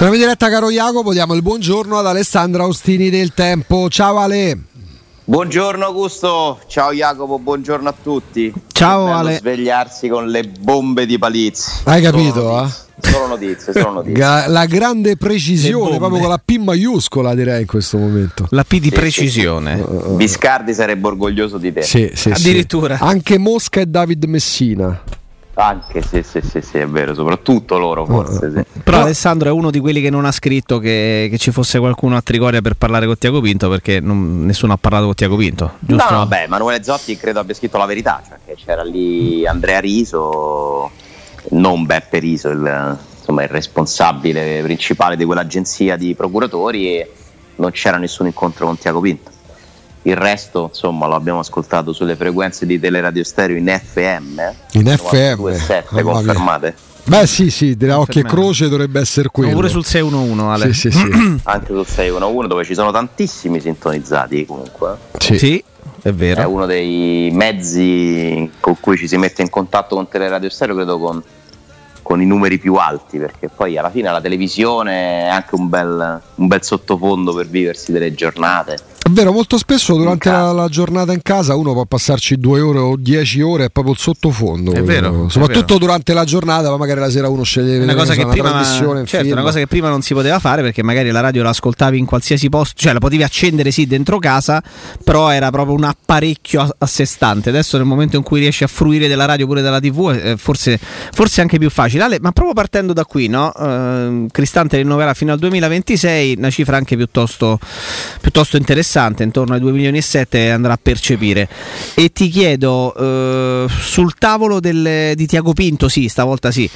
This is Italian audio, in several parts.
Torniamo in diretta, caro Jacopo, diamo il buongiorno ad Alessandro Austini del Tempo. Ciao Ale. Buongiorno Augusto, ciao Jacopo, buongiorno a tutti. Ciao Ale. Svegliarsi con le bombe di Palizzi. Hai capito? Solo notizie. La grande precisione, proprio con la P maiuscola, direi in questo momento. La P di precisione. Biscardi sarebbe orgoglioso di te. Sì, addirittura. Sì. Anche Mosca e David Messina. Anche sì, è vero, soprattutto loro forse. Sì. Però Alessandro è uno di quelli che non ha scritto che ci fosse qualcuno a Trigoria per parlare con Tiago Pinto, perché nessuno ha parlato con Tiago Pinto, giusto? No, vabbè, Emanuele Zotti credo abbia scritto la verità, cioè che c'era lì Andrea Riso, non Beppe Riso, il responsabile principale di quell'agenzia di procuratori, e non c'era nessun incontro con Tiago Pinto. Il resto, insomma, lo abbiamo ascoltato sulle frequenze di Teleradio Stereo in FM. In FM. 2.7 confermate. Beh sì, da occhio e croce dovrebbe essere quello. Oppure sul 611, Ale. Sì. Anche sul 611, dove ci sono tantissimi sintonizzati comunque. Sì, è vero. È uno dei mezzi con cui ci si mette in contatto con Teleradio Stereo, credo con i numeri più alti, perché poi alla fine la televisione è anche un bel sottofondo per viversi delle giornate. È vero, molto spesso durante la giornata in casa uno può passarci 2 ore o 10 ore, è proprio il sottofondo. È vero. Soprattutto durante la giornata, ma magari la sera uno sceglie una cosa che prima, trasmissione. Certo, una cosa che prima non si poteva fare, perché magari la radio la ascoltavi in qualsiasi posto, cioè la potevi accendere sì dentro casa, però era proprio un apparecchio a sé stante. Adesso nel momento in cui riesci a fruire della radio pure dalla TV, forse è anche più facile. Ale, ma proprio partendo da qui, no? Cristante rinnoverà fino al 2026, una cifra anche piuttosto interessante, intorno ai 2,7 milioni andrà a percepire. E ti chiedo, sul tavolo di Tiago Pinto, sì, stavolta sì,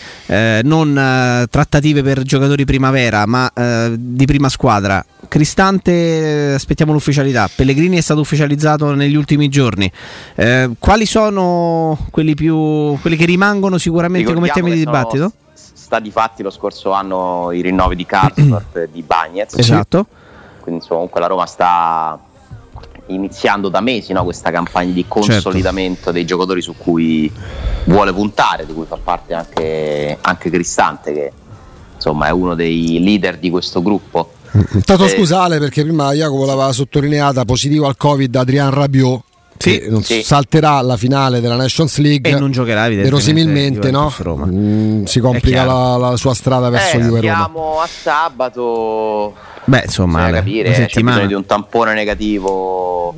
non trattative per giocatori primavera, ma di prima squadra. Cristante, aspettiamo l'ufficialità. Pellegrini è stato ufficializzato negli ultimi giorni. Quali sono quelli che rimangono sicuramente come temi di dibattito? Stati fatti lo scorso anno i rinnovi di Karsdorp e di Bagnez. Esatto. Quindi insomma, comunque la Roma sta iniziando da mesi, no, questa campagna di consolidamento dei giocatori su cui vuole puntare, di cui fa parte anche Cristante, che insomma è uno dei leader di questo gruppo. Tanto scusate, perché prima Jacopo l'aveva sottolineata, positivo al Covid Adrien Rabiot. Salterà la finale della Nations League e non giocherà verosimilmente, no? Si complica la sua strada verso Juve Roma. Siamo a sabato. Beh, insomma, capire, c'è bisogno di un tampone negativo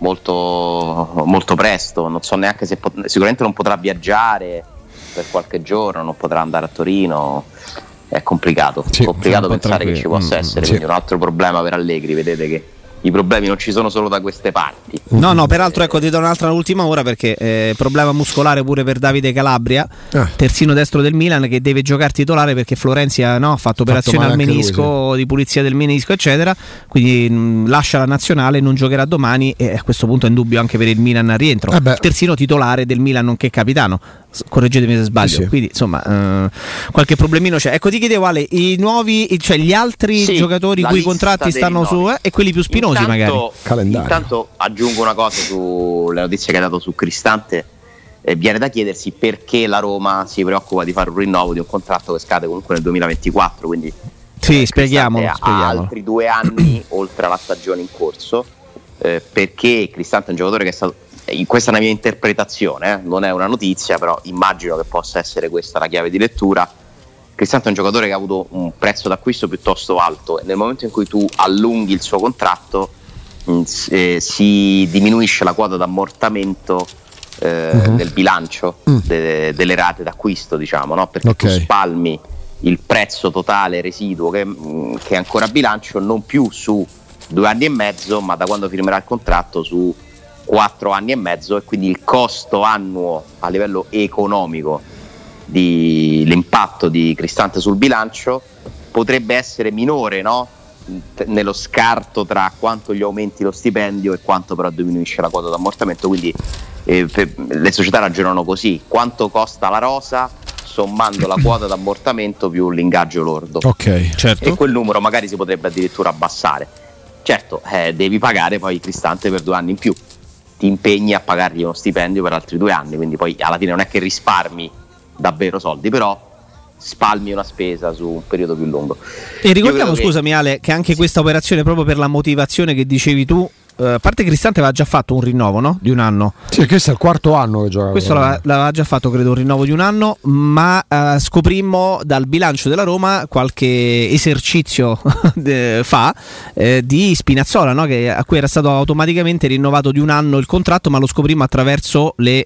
molto, molto presto. Non so neanche se sicuramente non potrà viaggiare per qualche giorno, non potrà andare a Torino. È complicato, pensare che ci possa essere. Quindi un altro problema per Allegri. Vedete che i problemi non ci sono solo da queste parti. No, peraltro ecco, ti do un'altra ultima ora, perché problema muscolare pure per Davide Calabria, terzino destro del Milan, che deve giocare titolare perché Florenzi ha fatto operazione al menisco, lui, di pulizia del menisco eccetera, quindi lascia la nazionale, non giocherà domani, e a questo punto è in dubbio anche per il Milan al rientro. Il terzino titolare del Milan nonché capitano, correggetemi se sbaglio, quindi insomma qualche problemino c'è. Ecco, ti chiedevo Ale, i nuovi, cioè gli altri giocatori i cui contratti stanno su e quelli più spinosi. Intanto aggiungo una cosa sulle notizie che hai dato su Cristante. Viene da chiedersi perché la Roma si preoccupa di fare un rinnovo di un contratto che scade comunque nel 2024, quindi spieghiamolo. Ha altri 2 anni oltre alla stagione in corso, perché Cristante è un giocatore che è stato, questa è una mia interpretazione, non è una notizia, però immagino che possa essere questa la chiave di lettura. Cristante è un giocatore che ha avuto un prezzo d'acquisto piuttosto alto, e nel momento in cui tu allunghi il suo contratto si diminuisce la quota d'ammortamento del bilancio delle rate d'acquisto, diciamo, no? Perché tu spalmi il prezzo totale residuo che è ancora a bilancio non più su 2 anni e mezzo, ma da quando firmerà il contratto su 4 anni e mezzo, e quindi il costo annuo a livello economico l'impatto di Cristante sul bilancio potrebbe essere minore, no? Nello scarto tra quanto gli aumenti lo stipendio e quanto però diminuisce la quota d'ammortamento. Quindi le società ragionano così: quanto costa la rosa sommando la quota d'ammortamento più l'ingaggio lordo, certo. E quel numero magari si potrebbe addirittura abbassare. Certo, devi pagare poi Cristante per 2 anni in più, ti impegni a pagargli uno stipendio per altri 2 anni, quindi poi alla fine non è che risparmi davvero soldi, però spalmi una spesa su un periodo più lungo. E ricordiamo, scusami Ale, che anche questa operazione, proprio per la motivazione che dicevi tu, a parte Cristante aveva già fatto un rinnovo, no? Di un anno. Sì, questo è il quarto anno che gioca. Questo l'aveva già fatto, credo, un rinnovo di un anno, ma scoprimmo dal bilancio della Roma qualche esercizio fa di Spinazzola, no? A cui era stato automaticamente rinnovato di un anno il contratto, ma lo scoprimmo attraverso le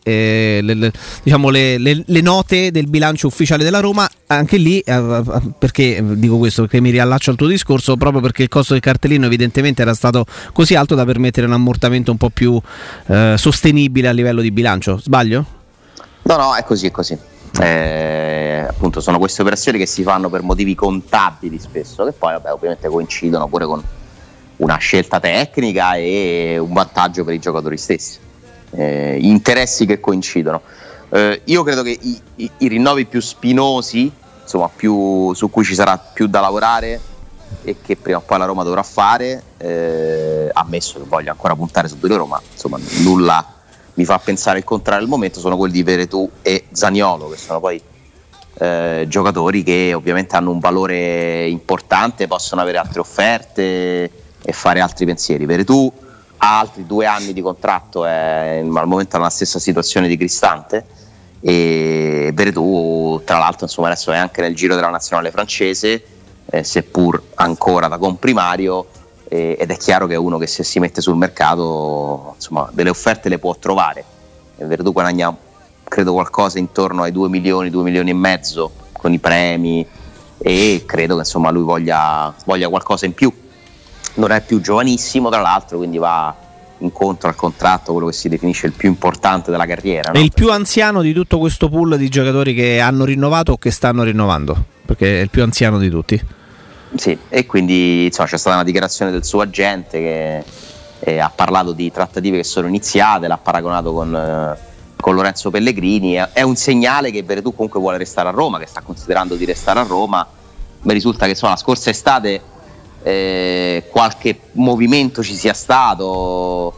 note del bilancio ufficiale della Roma. Anche lì, perché dico questo? Perché mi riallaccio al tuo discorso, proprio perché il costo del cartellino evidentemente era stato così alto da permettere un ammortamento un po' più sostenibile a livello di bilancio. Sbaglio? No, è così. Appunto sono queste operazioni che si fanno per motivi contabili spesso, che poi ovviamente coincidono pure con una scelta tecnica e un vantaggio per i giocatori stessi, interessi che coincidono. Io credo che i rinnovi più spinosi, insomma su cui ci sarà più da lavorare e che prima o poi la Roma dovrà fare, ammesso che voglio ancora puntare su di loro, ma insomma nulla mi fa pensare il contrario al momento, sono quelli di Veretout e Zaniolo, che sono poi giocatori che ovviamente hanno un valore importante, possono avere altre offerte e fare altri pensieri. Veretout ha altri 2 anni di contratto, al momento è nella stessa situazione di Cristante, e Veretout tra l'altro insomma adesso è anche nel giro della nazionale francese, seppur ancora da comprimario, ed è chiaro che è uno che se si mette sul mercato insomma delle offerte le può trovare. Veretout guadagna credo qualcosa intorno ai 2 milioni e mezzo con i premi, e credo che insomma lui voglia qualcosa in più. Non è più giovanissimo tra l'altro, quindi va incontro al contratto, quello che si definisce il più importante della carriera, no? È il più anziano di tutto questo pool di giocatori che hanno rinnovato o che stanno rinnovando, perché è il più anziano di tutti. Sì, e quindi insomma c'è stata una dichiarazione del suo agente che ha parlato di trattative che sono iniziate, l'ha paragonato con Lorenzo Pellegrini. È un segnale che Veretout comunque vuole restare a Roma, che sta considerando di restare a Roma. Mi risulta che insomma la scorsa estate qualche movimento ci sia stato,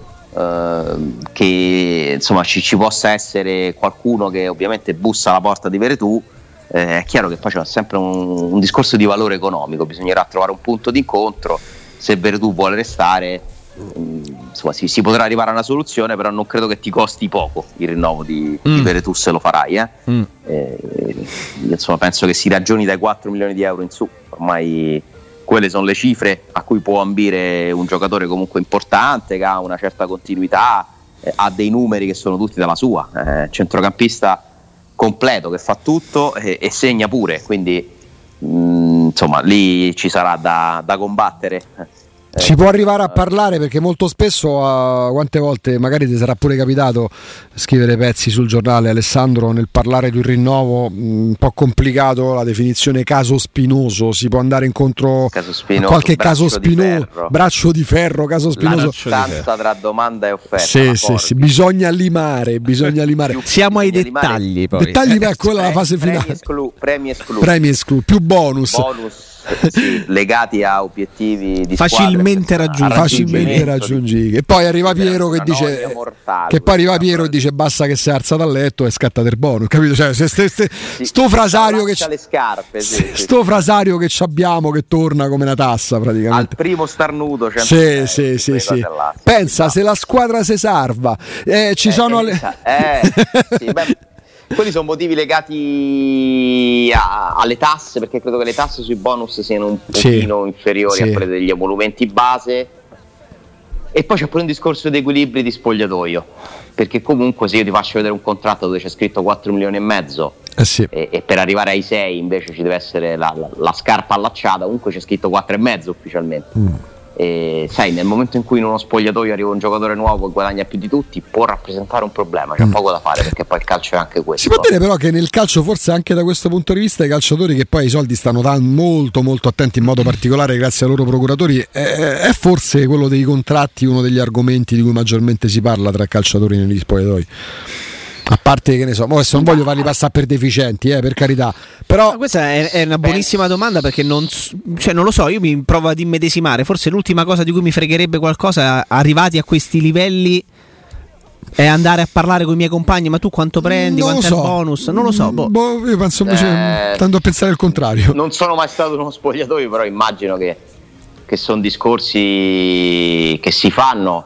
che insomma ci possa essere qualcuno che ovviamente bussa alla porta di Veretout. È chiaro che poi c'è sempre un discorso di valore economico, bisognerà trovare un punto di incontro. Se Veretout vuole restare, insomma si potrà arrivare a una soluzione, però non credo che ti costi poco il rinnovo di Veretout se lo farai. Insomma penso che si ragioni dai 4 milioni di euro in su, ormai quelle sono le cifre a cui può ambire un giocatore comunque importante, che ha una certa continuità, ha dei numeri che sono tutti dalla sua, centrocampista completo che fa tutto e segna pure, quindi insomma lì ci sarà da combattere. Si può arrivare a parlare, perché molto spesso quante volte magari ti sarà pure capitato scrivere pezzi sul giornale, Alessandro, nel parlare di un rinnovo un po' complicato, la definizione caso spinoso, si può andare incontro a qualche caso spinoso, braccio di ferro, caso spinoso, la distanza tra domanda e offerta. Sì, bisogna limare. Siamo ai dettagli, poi. Dettagli per quella la fase finale. Premi esclusi, più bonus. Sì, legati a obiettivi di facilmente raggiungibili. E poi arriva Piero che dice dice basta che si alza dal letto e scatta del bonus, capito? Cioè, sto frasario che le scarpe, sto frasario che abbiamo, che torna come una tassa praticamente al primo starnuto. Sì. Pensa se la squadra si salva, ci sono quelli sono motivi legati alle tasse, perché credo che le tasse sui bonus siano un pochino inferiori a quelle degli emolumenti base, e poi c'è pure un discorso di equilibri di spogliatoio, perché comunque se io ti faccio vedere un contratto dove c'è scritto 4 milioni e mezzo e per arrivare ai 6 invece ci deve essere la scarpa allacciata, comunque c'è scritto 4 e mezzo ufficialmente. E sai, nel momento in cui in uno spogliatoio arriva un giocatore nuovo e guadagna più di tutti, può rappresentare un problema, c'è poco da fare, perché poi il calcio è anche questo. Si può dire però che nel calcio, forse anche da questo punto di vista, i calciatori che poi i soldi stanno molto molto attenti, in modo particolare grazie ai loro procuratori, è forse quello dei contratti uno degli argomenti di cui maggiormente si parla tra calciatori negli spogliatoi. A parte che ne so, adesso non voglio farli passare per deficienti, per carità. Però questa è una buonissima domanda, perché non lo so, io mi provo ad immedesimare. Forse l'ultima cosa di cui mi fregherebbe qualcosa, arrivati a questi livelli, È andare a parlare con i miei compagni, ma tu quanto prendi, quanto è il bonus? Non lo so. Io penso invece, tendo a pensare il contrario. Non sono mai stato in uno spogliatoio, però immagino che sono discorsi che si fanno.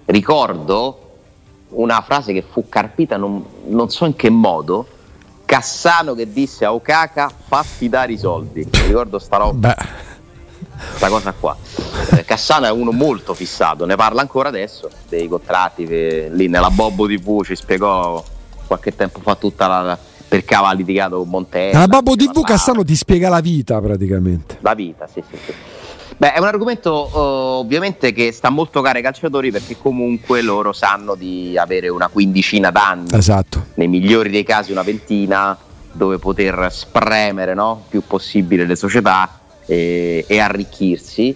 Ricordo una frase che fu carpita, non so in che modo, Cassano che disse a Okaka: fatti dare i soldi. Ricordo sta roba. Questa cosa qua. Cassano è uno molto fissato, ne parla ancora adesso dei contratti, lì nella Bobbo TV ci spiegò qualche tempo fa perché aveva litigato con Montella. La Bobbo TV Cassano ti spiega la vita praticamente. La vita, sì. Beh, è un argomento ovviamente che sta molto caro ai calciatori, perché comunque loro sanno di avere una quindicina d'anni, esatto, nei migliori dei casi una ventina, dove poter spremere, no, più possibile le società e arricchirsi.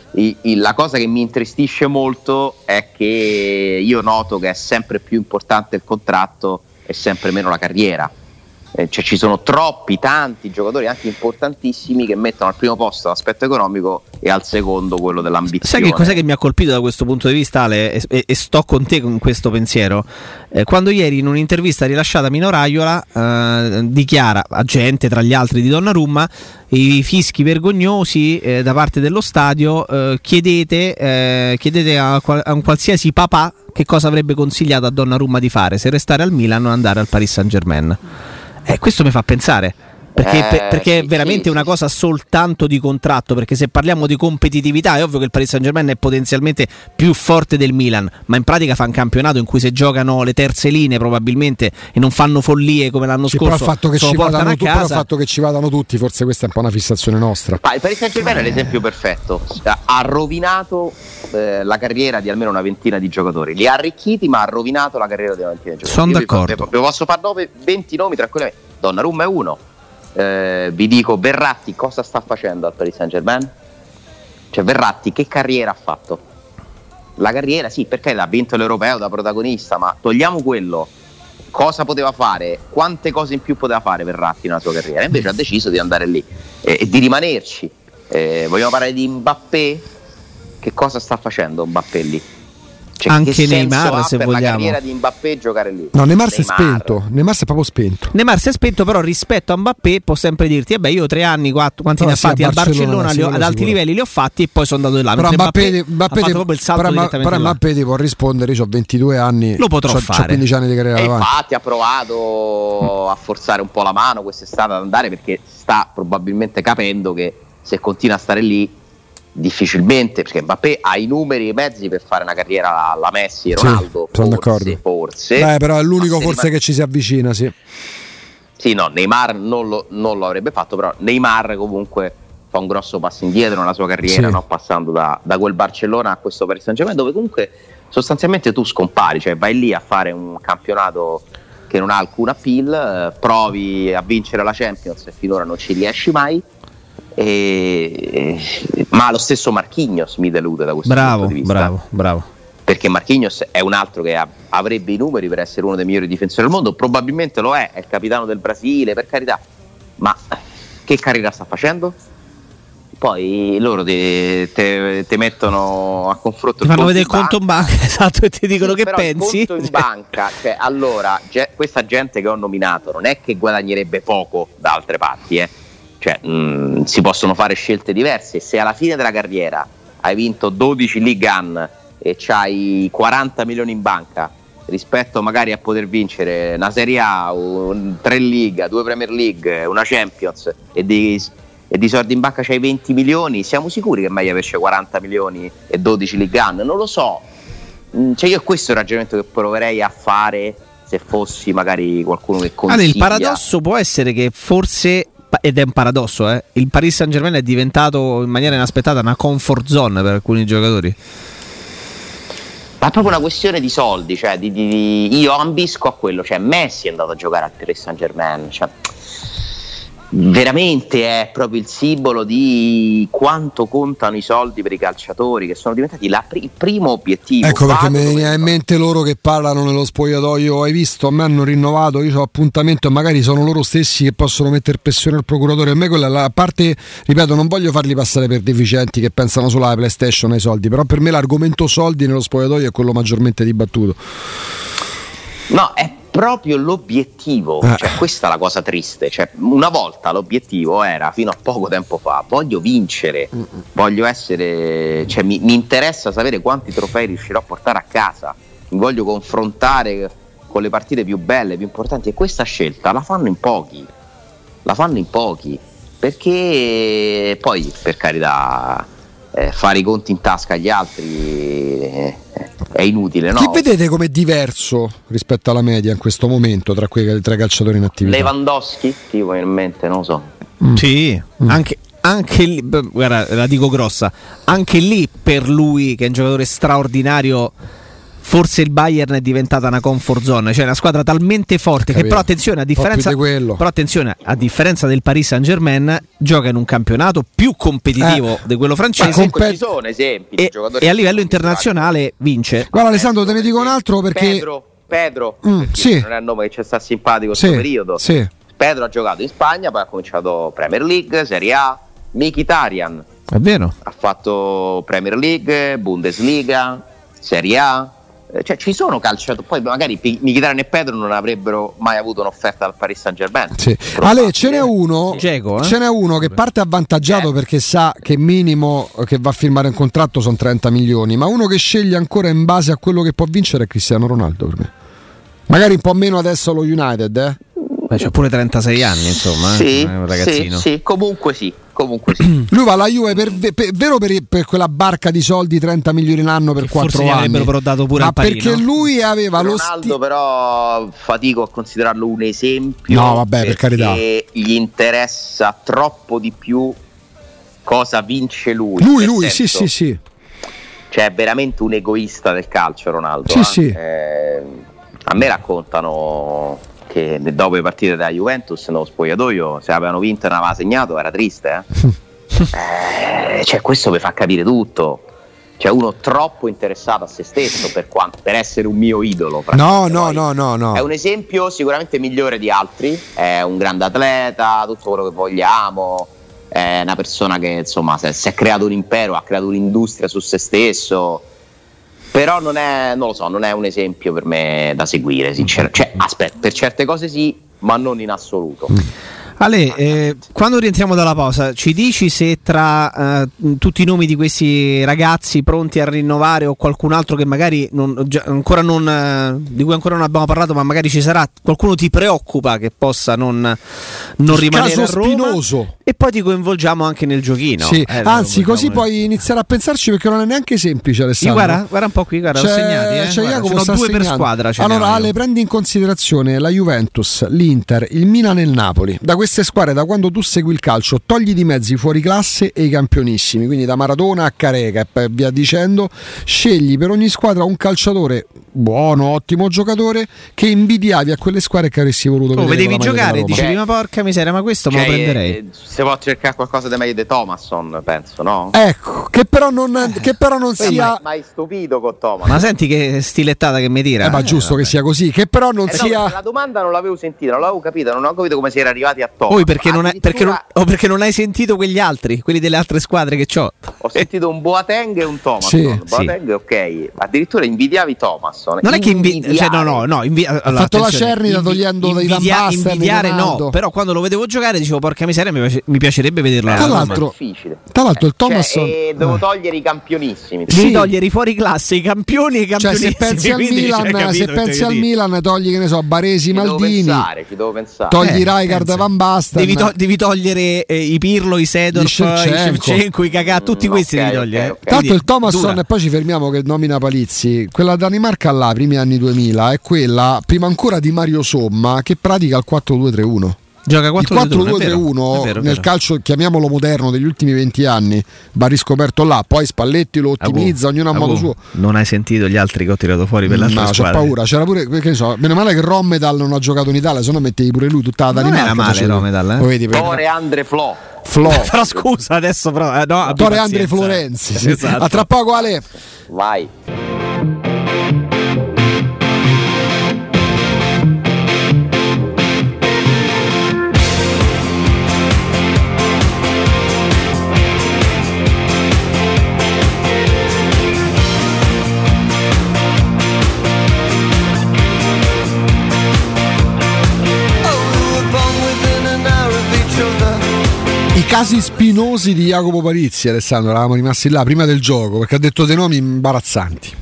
La cosa che mi intristisce molto è che io noto che è sempre più importante il contratto e sempre meno la carriera. Cioè ci sono tanti giocatori anche importantissimi che mettono al primo posto l'aspetto economico e al secondo quello dell'ambizione. Sai che cos'è che mi ha colpito da questo punto di vista, Ale, e sto con te con questo pensiero? Quando ieri in un'intervista rilasciata a Mino Raiola dichiara, agente tra gli altri di Donnarumma, i fischi vergognosi da parte dello stadio, chiedete a un qualsiasi papà che cosa avrebbe consigliato a Donnarumma di fare, se restare al Milan o andare al Paris Saint-Germain. Questo mi fa pensare, perché è veramente una cosa soltanto di contratto, perché se parliamo di competitività è ovvio che il Paris Saint-Germain è potenzialmente più forte del Milan, ma in pratica fa un campionato in cui se giocano le terze linee probabilmente e non fanno follie come l'anno scorso, però il fatto che ci vadano tutti, forse questa è un po' una fissazione nostra. Il Paris Saint-Germain è l'esempio perfetto, ha rovinato la carriera di almeno una ventina di giocatori, li ha arricchiti ma ha rovinato la carriera di una ventina di giocatori. Sono d'accordo. Vi posso fare 20 nomi tranquillamente. Donnarumma è uno. Vi dico Verratti cosa sta facendo al Paris Saint-Germain? Cioè Verratti che carriera ha fatto? La carriera sì, perché ha vinto l'Europeo da protagonista, ma togliamo quello, cosa poteva fare? Quante cose in più poteva fare Verratti nella sua carriera? Invece ha deciso di andare lì e di rimanerci. Vogliamo parlare di Mbappé? Che cosa sta facendo Mbappé lì? Cioè, anche Neymar, se vogliamo, la carriera di Mbappé giocare lì. No, Neymar si è spento. Neymar si è proprio spento. Neymar si è spento, però rispetto a Mbappé può sempre dirti: io 3 anni, 4, quanti ne ha fatti al Barcellona, ad alti livelli li ho fatti e poi sono andato di là. Però Mbappé ha fatto proprio il salto direttamente. Però Mbappé ti può rispondere: io ho 22 anni, lo potrò fare. Ho 15 anni di carriera davanti. Infatti ha provato a forzare un po' la mano quest'estate ad andare, perché sta probabilmente capendo che se continua a stare lì difficilmente, perché Mbappé ha i numeri e i mezzi per fare una carriera alla Messi e Ronaldo, forse. Beh, però è l'unico forse che ci si avvicina, sì. Sì, no, Neymar non lo avrebbe fatto, però Neymar comunque fa un grosso passo indietro nella sua carriera, sì, no? Passando da quel Barcellona a questo Paris Saint-Germain, dove comunque sostanzialmente tu scompari, cioè vai lì a fare un campionato che non ha alcun appeal, provi a vincere la Champions e finora non ci riesci mai. Ma lo stesso Marquinhos mi delude da questo punto di vista. Bravo. Perché Marquinhos è un altro che avrebbe i numeri per essere uno dei migliori difensori del mondo, probabilmente lo è il capitano del Brasile, per carità, ma che carriera sta facendo? Poi loro ti mettono a confronto, ti fanno vedere il conto in banca, esatto, e ti dicono che però pensi. Il conto in banca, cioè, allora questa gente che ho nominato non è che guadagnerebbe poco da altre parti, Cioè, si possono fare scelte diverse. Se alla fine della carriera hai vinto 12 Ligue 1 e c'hai 40 milioni in banca, rispetto magari a poter vincere una Serie A, 3 Liga, 2 Premier League, una Champions e di soldi in banca c'hai 20 milioni, siamo sicuri che è meglio averci 40 milioni e 12 Ligue 1? Non lo so. Cioè, io questo è il ragionamento che proverei a fare se fossi magari qualcuno che consiglia. Il paradosso può essere che forse, ed è un paradosso, il Paris Saint-Germain è diventato in maniera inaspettata una comfort zone per alcuni giocatori. Ma è proprio una questione di soldi, cioè io ambisco a quello, cioè Messi è andato a giocare al Paris Saint-Germain, cioè veramente è proprio il simbolo di quanto contano i soldi per i calciatori, che sono diventati il primo obiettivo. Ecco perché mi viene in mente loro che parlano nello spogliatoio: hai visto, a me hanno rinnovato, io ho appuntamento, e magari sono loro stessi che possono mettere pressione al procuratore. A me quella, la parte, ripeto, non voglio farli passare per deficienti che pensano solo alla PlayStation, ai soldi, però per me l'argomento soldi nello spogliatoio è quello maggiormente dibattuto. No, è proprio l'obiettivo, cioè questa è la cosa triste, cioè una volta l'obiettivo era, fino a poco tempo fa, voglio vincere, voglio essere, cioè mi interessa sapere quanti trofei riuscirò a portare a casa, mi voglio confrontare con le partite più belle, più importanti, e questa scelta la fanno in pochi, perché poi, per carità, fare i conti in tasca agli altri è inutile, no? Chi vedete come diverso rispetto alla media in questo momento tra i calciatori in attività? Lewandowski, ti viene in mente, non lo so. Sì, anche lì, guarda, la dico grossa, anche lì per lui, che è un giocatore straordinario, forse il Bayern è diventata una comfort zone, cioè una squadra talmente forte che, però attenzione, a differenza del Paris Saint-Germain, gioca in un campionato più competitivo di quello francese, ci sono esempi di giocatori e a livello internazionale vince. Guarda Alessandro, te ne dico un altro, perché Pedro sì, non è il nome che ci sta simpatico questo periodo. Sì. Pedro ha giocato in Spagna, poi ha cominciato Premier League, Serie A. Mkhitaryan è vero, ha fatto Premier League, Bundesliga, Serie A. Cioè ci sono calciatori, poi magari Mkhitaryan e Pedro non avrebbero mai avuto un'offerta dal Paris Saint-Germain. Sì. Ale, ce n'è uno che parte avvantaggiato perché sa che minimo che va a firmare un contratto sono 30 milioni, ma uno che sceglie ancora in base a quello che può vincere è Cristiano Ronaldo per me. Magari un po' meno adesso allo United, c'ha pure 36 anni, insomma, sì, è un ragazzino. Sì, comunque sì. Lui va alla Juve per quella barca di soldi, 30 milioni l'anno per 4 anni. Però dato pure ma perché lui aveva Ronaldo però fatico a considerarlo un esempio. No, vabbè, per carità. Gli interessa troppo di più cosa vince lui. Lui, sì. Cioè è veramente un egoista del calcio Ronaldo. Sì. A me raccontano che dopo le partite della Juventus nello spogliatoio, se avevano vinto e non aveva segnato, era triste, cioè questo mi fa capire tutto. Cioè uno troppo interessato a se stesso per essere un mio idolo. No. È un esempio sicuramente migliore di altri, è un grande atleta, tutto quello che vogliamo, è una persona che insomma si è creato un impero, ha creato un'industria su se stesso. Però non è un esempio per me da seguire, sinceramente. Cioè, aspetta, per certe cose sì, ma non in assoluto. Ale, quando rientriamo dalla pausa, ci dici se tra tutti i nomi di questi ragazzi pronti a rinnovare o qualcun altro che magari di cui ancora non abbiamo parlato, ma magari ci sarà, qualcuno ti preoccupa che possa non rimanere a Roma? Spinoso. E poi ti coinvolgiamo anche nel giochino. Sì. Anzi, così puoi iniziare a pensarci, perché non è neanche semplice, Alessandro. Guarda un po' qui, ho segnati. Jacopo sono 2 per squadra. Allora, Ale, prendi in considerazione la Juventus, l'Inter, il Milan e il Napoli. Da queste squadre, da quando tu segui il calcio, togli di mezzo i fuoriclasse e i campionissimi, quindi da Maradona a Careca e via dicendo, scegli per ogni squadra un calciatore buono, ottimo giocatore che invidiavi a quelle squadre che avresti voluto vedere. Vedevi giocare, dicevi ma porca miseria, ma questo me lo prenderei. Se può cercare qualcosa di meglio di Thomasson, penso, no? Ecco, che però non sia mai stupito con Thomas. Ma senti che stilettata che mi tira. Ma giusto che sia così, che però non sia. La domanda non l'avevo sentita, non l'avevo capita, non ho capito come si era arrivati a Thomas. Poi perché non hai sentito quegli altri, quelli delle altre squadre che c'ho. Ho sentito un Boateng e un Thomas. Boateng, ok. Addirittura invidiavi Thomas. Non è che ha fatto la Cernita togliendo dai Van Basten. Invidiare no, però quando lo vedevo giocare dicevo porca miseria, mi piacerebbe vederlo. Tra l'altro il Thomasson, devo togliere i campionissimi. Devi togliere i fuori classe, i campioni e i campionissimi. Cioè, se pensi al Milan, togli, che ne so, Baresi, Maldini. Ci devo pensare. Togli Rijkaard, Van Basten. Devi togliere i Pirlo, i Seedorf, i Shevchenko, i Kakà, tutti questi devi togliere. Tanto il Thomasson, e poi ci fermiamo che nomina Palizzi. Quella Danimarca là, primi anni 2000, è quella prima ancora di Mario Somma che pratica il 4-2-3-1. Gioca 4-2-3-1 nel calcio, chiamiamolo moderno, degli ultimi 20 anni, va riscoperto là. Poi Spalletti lo ottimizza, ognuno a modo suo. Non hai sentito gli altri che ho tirato fuori per l'altra squadra? C'ho paura, c'era pure, che ne so, meno male che Rommetal non ha giocato in Italia, se no mettevi pure lui tutta la Danimarca. Non era male Rommetal, Tore Andre Flo. Però scusa, adesso però Tore Andre Florenzi. Esatto. A tra poco, Ale. Vai. Casi spinosi di Jacopo Parizzi, Alessandro, eravamo rimasti là prima del gioco perché ha detto dei nomi imbarazzanti.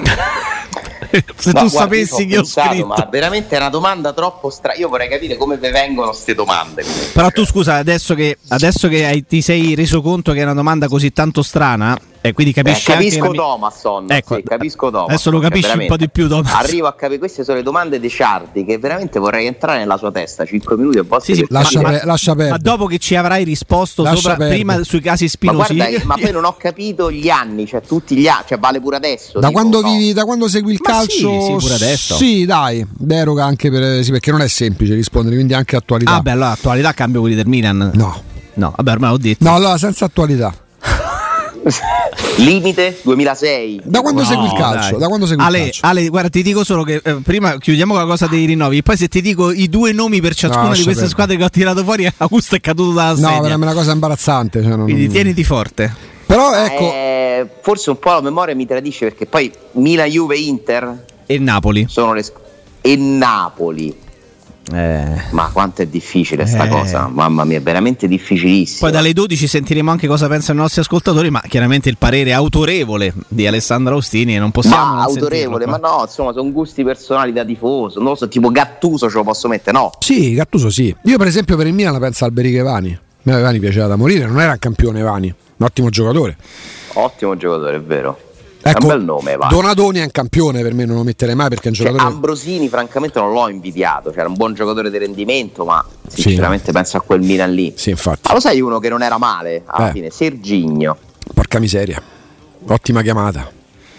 Se tu sapessi che ho scritto, ma veramente è una domanda troppo strana. Io vorrei capire come vi vengono queste domande. Però tu scusa, adesso che ti sei reso conto che è una domanda così tanto strana, e quindi capisci capisco anche Thomasson, ecco, sì, capisco Thomasson. Adesso lo capisci un po' di più, Thomasson. Arrivo a capire, queste sono le domande di Ciardi che veramente vorrei entrare nella sua testa 5 minuti a volte. Sì, lascia perdere. Ma dopo che ci avrai risposto prima sui casi spinosi, ma poi non ho capito gli anni, cioè tutti gli anni, cioè vale pure adesso. Da quando segui il calcio? Sì, pure adesso. Sì, dai, deroga anche perché non è semplice rispondere, quindi anche attualità. Ah, beh, allora attualità cambio quelli del Milan. No, vabbè, ormai l'ho detto. No, allora senza attualità. Limite 2006. Da quando segui il calcio? Dai. Da quando segui il calcio? Ale, guarda, ti dico solo che prima chiudiamo con la cosa dei rinnovi. Poi se ti dico i 2 nomi per ciascuna di queste squadre che ho tirato fuori, Augusto è caduto dalla sedia. No, è una cosa imbarazzante. Cioè Quindi tieniti forte. Però ecco, forse un po' la memoria mi tradisce perché poi Milan, Juve, Inter e Napoli sono e Napoli. Ma quanto è difficile sta cosa, mamma mia, è veramente difficilissimo. Poi dalle 12 sentiremo anche cosa pensano i nostri ascoltatori, ma chiaramente il parere autorevole di Alessandro Austini e non possiamo non autorevole, ma no, insomma, sono gusti personali da tifoso. Non lo so, tipo Gattuso ce lo posso mettere, no? Sì, Gattuso sì. Io per esempio per il Milan la penso Alberico Vani. A me Vani piaceva da morire, non era un campione Vani, un ottimo giocatore. Ottimo giocatore, è vero. Ecco, è un bel nome, va. Donadoni è un campione, per me non lo metterei mai perché è un giocatore. Ambrosini francamente non l'ho invidiato, cioè era un buon giocatore di rendimento, ma sinceramente penso a quel Milan lì. Sì, infatti. Ma lo sai uno che non era male alla fine? Serginho. Porca miseria. Ottima chiamata.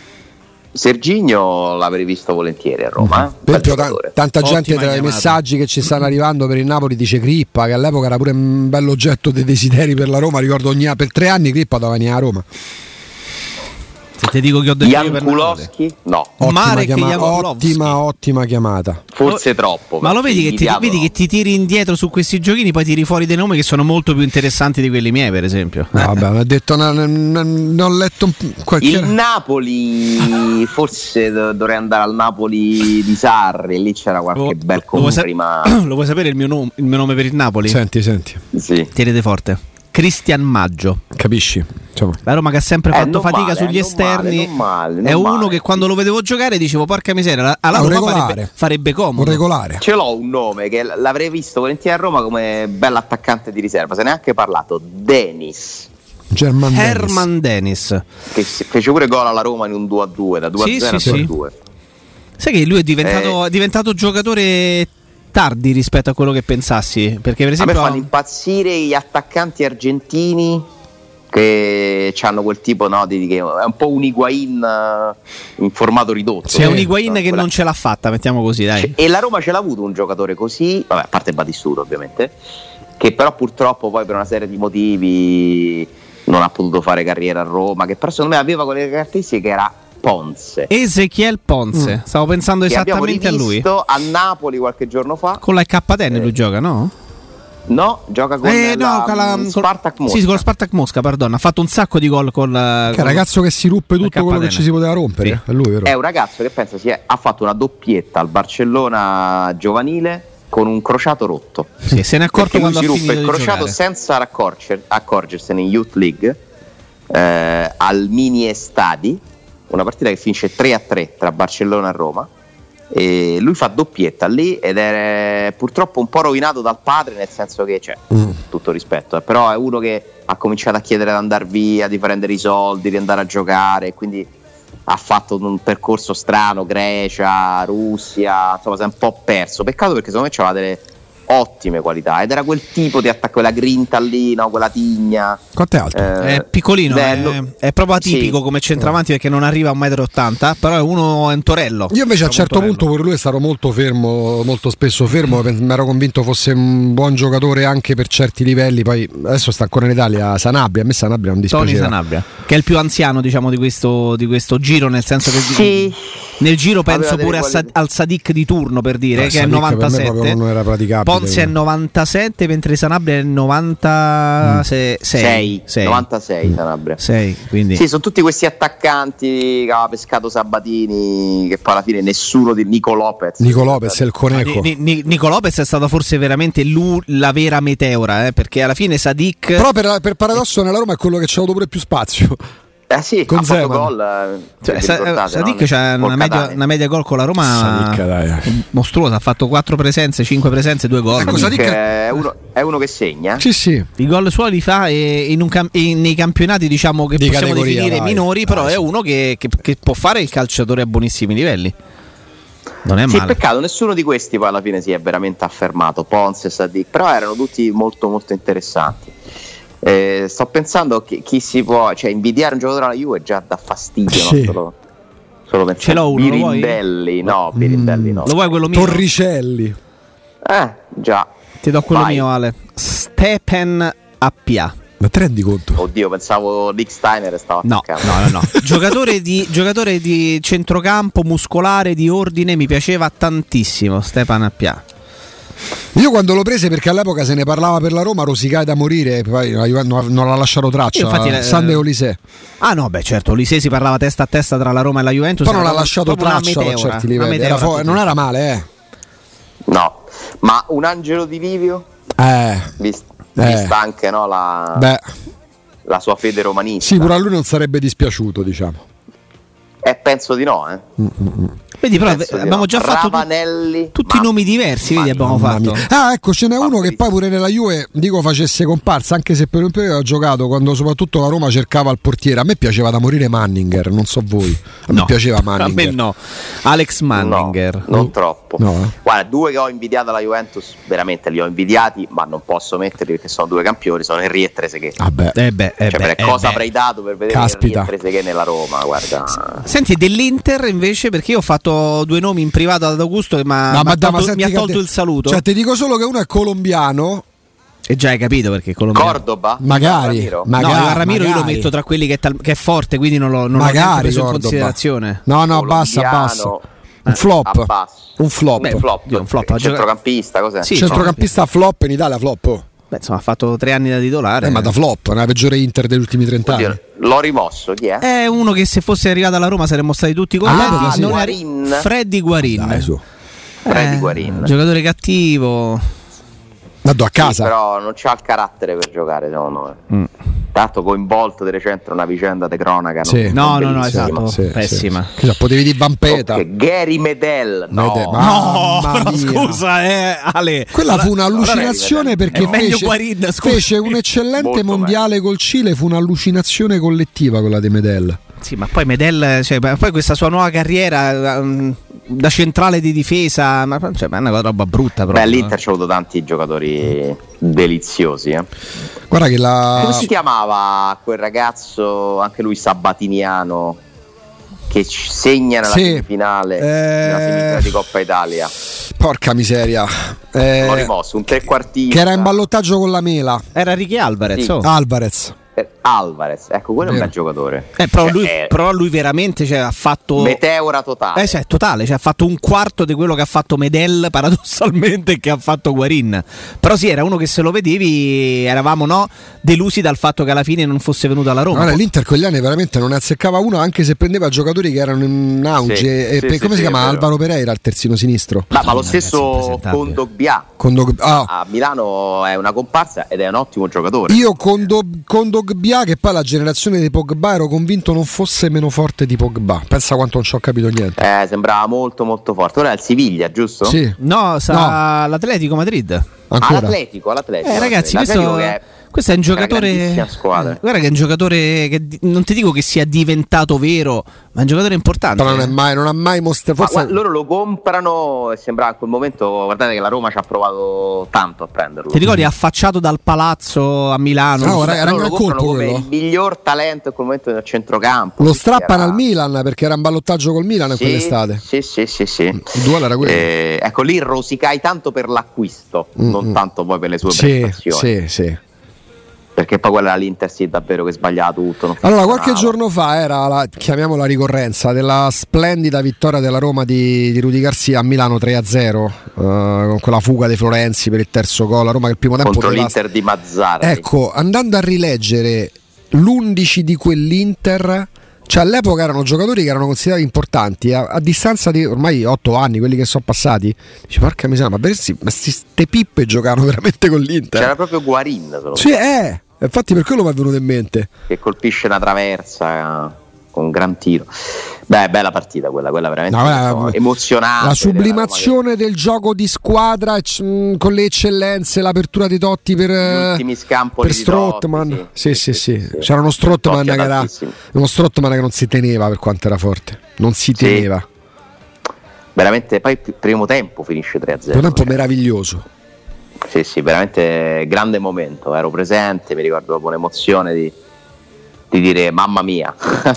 Serginho l'avrei visto volentieri a Roma. Per esempio, tanta gente tra i messaggi che ci stanno arrivando per il Napoli dice Crippa, che all'epoca era pure un bello oggetto dei desideri per la Roma. Ricordo per 3 anni Crippa doveva venire a Roma. Se ti dico che ho detto Jan Kulowski? No. Ottima chiamata. Forse troppo. Ma lo vedi che ti tiri indietro su questi giochini, poi tiri fuori dei nomi che sono molto più interessanti di quelli miei, per esempio. Vabbè, ho detto non ho letto il Napoli, forse dovrei andare al Napoli di Sarri, lì c'era qualche bel prima. Lo vuoi sapere il mio nome per il Napoli? Senti. Sì. Tienete forte. Cristian Maggio. Capisci? Insomma. La Roma che ha sempre fatto fatica sugli esterni. Non male, è uno che quando lo vedevo giocare dicevo porca miseria, alla Roma farebbe comodo. Un regolare. Ce l'ho un nome che l'avrei visto volentieri a Roma come bell'attaccante di riserva, se ne è anche parlato, Dennis. Herman Dennis. Che fece pure gol alla Roma in un 2-2, da 2-0 a 2-2. Sai che lui è diventato giocatore tardi rispetto a quello che pensassi, perché per esempio a me fanno impazzire gli attaccanti argentini che hanno quel tipo, no, che è un po' un Higuain in formato ridotto. C'è un Higuain che non ce l'ha fatta, mettiamo così, dai. E la Roma ce l'ha avuto un giocatore così, vabbè, a parte Batistuta ovviamente, che però purtroppo poi per una serie di motivi non ha potuto fare carriera a Roma, che però secondo me aveva quelle caratteristiche, che era Ponce. Ezequiel Ponce. Stavo pensando esattamente a lui. A Napoli qualche giorno fa. Con la KTN lui gioca, no? No, gioca con Spartak Mosca. Sì, con lo Spartak Mosca, perdono. Ha fatto un sacco di gol con che è un ragazzo che si ruppe tutto quello che ci si poteva rompere. Sì. È lui, vero? È un ragazzo che pensa ha fatto una doppietta al Barcellona giovanile con un crociato rotto. Sì, se ne è accorto quando si ha ruppe il crociato giocare, senza accorgersene in Youth League al Mini Estadi, una partita che finisce 3-3 tra Barcellona e Roma, e lui fa doppietta lì ed è purtroppo un po' rovinato dal padre, nel senso che tutto rispetto, però è uno che ha cominciato a chiedere di andare via, di prendere i soldi, di andare a giocare, quindi ha fatto un percorso strano, Grecia, Russia, insomma si è un po' perso, peccato perché secondo me c'aveva delle ottime qualità ed era quel tipo di attacco, quella grinta lì, no? Quella tigna. Quanto è alto? È piccolino, è proprio atipico come centravanti, perché non arriva a 1,80 m, però è un torello. Io invece a un certo punto per lui è stato molto fermo, molto spesso fermo, mi ero convinto fosse un buon giocatore anche per certi livelli, poi adesso sta ancora in Italia. Sanabria, a me Sanabria non dispiaceva. Tony Sanabria, che è il più anziano, diciamo, di questo giro, nel senso che sì. Nel giro penso pure al Sadik di turno, per dire, che è 97. Non era praticabile. Ponzi è 97, mentre Sanabria è 96. 96 Sanabria. 6, quindi. Sì, sono tutti questi attaccanti che aveva pescato Sabatini, che poi alla fine nessuno di Nico Lopez. Nico Lopez è il coneco. Nico Lopez è stata forse veramente la vera meteora, perché alla fine Sadik. Però per paradosso nella Roma è quello che c'ha avuto pure più spazio. Sì, con ha fatto gol. Sadik c'ha una media gol con la Roma mostruosa, ha fatto 4 presenze, 5 presenze, 2 gol. Ecco, Sadik è uno che segna. Sì. I gol suoi li fa nei campionati, diciamo, che di possiamo definire minori, però è uno che può fare il calciatore a buonissimi livelli. Non è male. Peccato, nessuno di questi poi alla fine si è veramente affermato, Ponzi e Sadik, però erano tutti molto molto interessanti. Sto pensando che chi si può, cioè, invidiare un giocatore alla Juve già dà fastidio, sì. no? Solo pensare. Ce l'ho uno, Birindelli, no, Birindelli no. Lo vuoi quello mio? Torricelli. Già. Ti do quello mio, Ale. Stepen Appia. Ma te rendi conto? Oddio, pensavo Dick Steiner stava attaccando. No. giocatore di centrocampo, muscolare, di ordine, mi piaceva tantissimo Stepan Appia. Io quando l'ho prese, perché all'epoca se ne parlava per la Roma, rosicai da morire, poi non l'ha lasciato traccia. Infatti, Sande Olise. Ah no, beh certo, Olise si parlava testa a testa tra la Roma e la Juventus. Poi non l'ha lasciato traccia a certi livelli. Non era male, No, ma un Angelo Di Livio? Vista anche la sua fede romanista. Sì, pure a lui non sarebbe dispiaciuto, diciamo. Penso di no, Vedi, però abbiamo già fatto tutti i nomi diversi, vedi, abbiamo fatto. Ecco, ce n'è uno che poi pure nella Juve facesse comparsa, anche se per un periodo ha giocato, quando soprattutto la Roma cercava il portiere. A me piaceva da morire Manninger, non so voi. Me piaceva Manninger. A me no. Alex Manninger. Non troppo. No. Guarda, 2 che ho invidiato alla Juventus, veramente li ho invidiati, ma non posso metterli perché sono 2 campioni, sono Henry e Trezeguet. Cosa avrei dato per vedere Henry e Trezeguet nella Roma, guarda. Senti, dell'Inter invece, perché io ho fatto 2 nomi in privato ad Augusto che mi ha tolto il saluto. Cioè, ti dico solo che uno è colombiano. E già hai capito perché colombiano. Cordoba? Magari. Ramiro io lo metto tra quelli che è forte, quindi non l'ho preso in considerazione. No, basso. Un flop. Un centrocampista, cos'è? Sì, centrocampista flop in Italia, flop. Beh, insomma, ha fatto 3 anni da titolare. Ma da flop, è la peggiore Inter degli ultimi 30 anni. L'ho rimosso, chi è? È uno che se fosse arrivato alla Roma saremmo stati tutti contenti. Freddy Guarin. Freddy Guarin. Giocatore cattivo. Dato a casa. Però non c'ha il carattere per giocare, secondo me. Tanto coinvolto di recente una vicenda di cronaca. No, esatto. Pessima. Potevi dire Vampeta. Gary Medel. No, scusa, Ale. Quella fu un'allucinazione perché fece un eccellente mondiale col Cile, fu un'allucinazione collettiva quella di Medel. Sì, ma poi Medel, poi questa sua nuova carriera da centrale di difesa, ma è una roba brutta. Proprio. L'Inter c'ha avuto tanti giocatori deliziosi. Guarda che come si chiamava quel ragazzo, anche lui sabatiniano, che segna nella semifinale, nella semifinale di Coppa Italia? Porca miseria. L'ho rimosso, un trequartista che era in ballottaggio con la Mela. Era Ricky Alvarez. Sì. Alvarez, ecco, quello è un bel giocatore. Però lui veramente ha fatto meteora totale. Totale, ha fatto un quarto di quello che ha fatto Medel, paradossalmente, che ha fatto Guarin. Però sì, era uno che se lo vedevi eravamo delusi dal fatto che alla fine non fosse venuto alla Roma. L'Inter quegli anni veramente non ne azzeccava uno, anche se prendeva giocatori che erano in auge. Come si chiama? Alvaro Pereira, il terzino sinistro. Ma lo stesso Kondogbia. A Milano è una comparsa ed è un ottimo giocatore. Io Kondogbia, che poi la generazione di Pogba ero convinto non fosse meno forte di Pogba. Pensa quanto non ci ho capito niente. Sembrava molto molto forte. Ora è il Siviglia, giusto? Sì. No, l'Atletico Madrid. Ancora? All'Atletico. Ragazzi, questo è un giocatore. Guarda che è un giocatore che non ti dico che sia diventato vero, ma è un giocatore importante. Però non ha mai mostrato. Loro lo comprano e sembrava in quel momento, guardate che la Roma ci ha provato tanto a prenderlo. Ti ricordi affacciato dal palazzo a Milano? Era un gran colpo come il miglior talento in quel momento nel centrocampo. Lo strappano al Milan perché era in ballottaggio col Milan in quell'estate. Sì. Il duello era quello. Ecco, lì rosicai tanto per l'acquisto, non tanto poi per le sue prestazioni. Sì. perché poi quella era l'Inter sì davvero che sbagliava tutto. Allora qualche giorno fa era chiamiamola ricorrenza della splendida vittoria della Roma di Rudy Garcia a Milano 3-0 con quella fuga dei Florenzi per il terzo gol. La Roma che il primo tempo contro l'Inter di Mazzara. Ecco, andando a rileggere l'11 di quell'Inter, cioè all'epoca erano giocatori che erano considerati importanti, a distanza di ormai 8 anni, quelli che sono passati, dici porca miseria, ma queste pippe giocavano veramente con l'Inter. C'era proprio Guarin, sì, infatti per quello mi è venuto in mente, che colpisce una traversa con un gran tiro. Beh, bella partita quella veramente emozionante. La sublimazione del gioco di squadra con le eccellenze, l'apertura dei Totti per gli ultimi scampoli per Strootman. Sì. C'era uno Strootman che era uno Strootman che non si teneva per quanto era forte. Non si teneva. Veramente, poi il primo tempo finisce 3-0. Primo tempo meraviglioso. Sì, veramente grande momento. Ero presente, mi ricordo dopo l'emozione di dire mamma mia.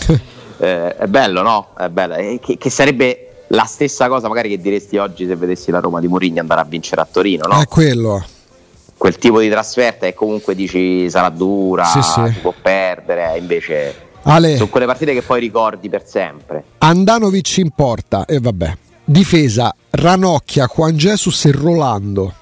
È bello, no? È bello. Che sarebbe la stessa cosa magari che diresti oggi se vedessi la Roma di Mourinho andare a vincere a Torino, no? È quello. Quel tipo di trasferta e comunque dici sarà dura, si può perdere, invece sono quelle partite che poi ricordi per sempre. Andanovic in porta e vabbè. Difesa Ranocchia, Juan Jesus e Rolando,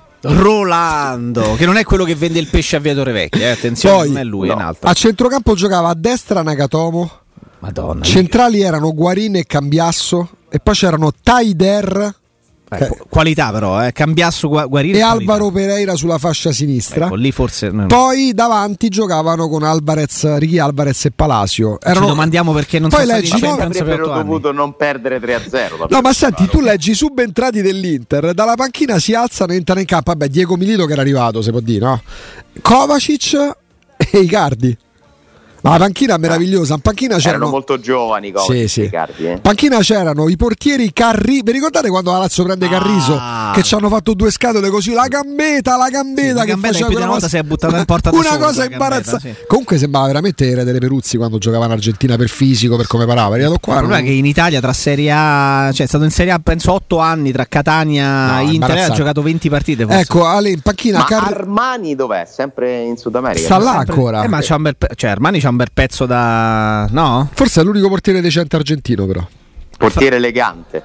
che non è quello che vende il pesce a Via Torrevecchia, attenzione, poi, non è lui, no. È un altro. A centrocampo giocava a destra Nagatomo. Madonna. Centrali erano Guarin e Cambiasso e poi c'erano Taider, qualità però, Cambiasso, Guarin e Alvaro Pereira sulla fascia sinistra. Ecco, lì forse poi davanti giocavano con Ricky Alvarez e Palacio. Ci domandiamo perché non poi sono leggi, stati avrebbero dovuto non perdere 3-0. No, ma senti, tu leggi subentrati dell'Inter, dalla panchina si alzano e entrano in campo. Vabbè, Diego Milito che era arrivato, si può dire, no? Kovacic e Icardi. Ma la panchina è meravigliosa. In panchina erano molto giovani, sì. In panchina c'erano i portieri Carri. Vi ricordate quando la Lazio prende Carriso? Che ci hanno fatto 2 scatole così? La gambetta che faceva più di una volta si è buttata in porta una cosa imbarazzante. Sì. Comunque sembrava veramente era delle Peruzzi quando giocava in Argentina, per fisico, per come parava. Il problema è che in Italia tra Serie A, cioè è stato in Serie A penso 8 anni, tra Catania e Inter, ha giocato 20 partite forse. Ecco, Ale in panchina. Ma Armani dov'è? Sempre in Sud America? Sta là ancora. Ma c'ha un bel Armani c'ha un bel pezzo da... no? Forse è l'unico portiere decente argentino, però. Portiere elegante.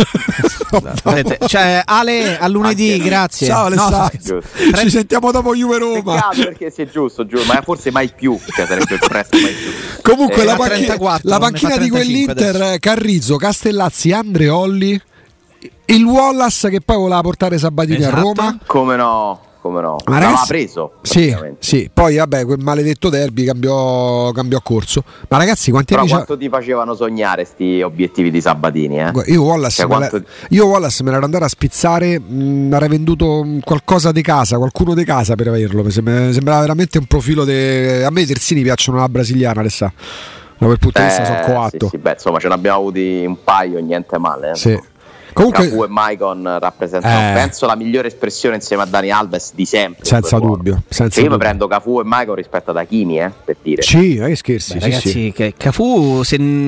Cioè, Ale, a lunedì, grazie. Ciao Alessandro. Ci sentiamo dopo Juve Roma. Peccato, perché se è giusto, ma forse mai più. Cioè, sarebbe presto mai più. Comunque la panchina di quell'Inter, Carrizo, Castellazzi, Andreolli, il Wallace che poi voleva portare Sabatini a Roma. Come no? Ma l'aveva preso. Sì, poi vabbè, quel maledetto derby cambiò corso. Ma ragazzi, quanto ti facevano sognare sti obiettivi di Sabatini? Io Wallace me l'ero andato a spizzare, avrei venduto qualcosa di casa, qualcuno di casa per averlo. Mi sembrava veramente un profilo a me i terzini piacciono la brasiliana, adesso. Ma per punto di vista sono coatto. Sì, insomma, ce ne abbiamo avuti un paio, niente male. Sì. Comunque Cafu e Maicon rappresentano penso la migliore espressione insieme a Dani Alves di sempre. Senza dubbio. Io mi prendo Cafu e Maicon rispetto ad Hakimi, per dire. Sì, scherzi. Ragazzi, che Cafu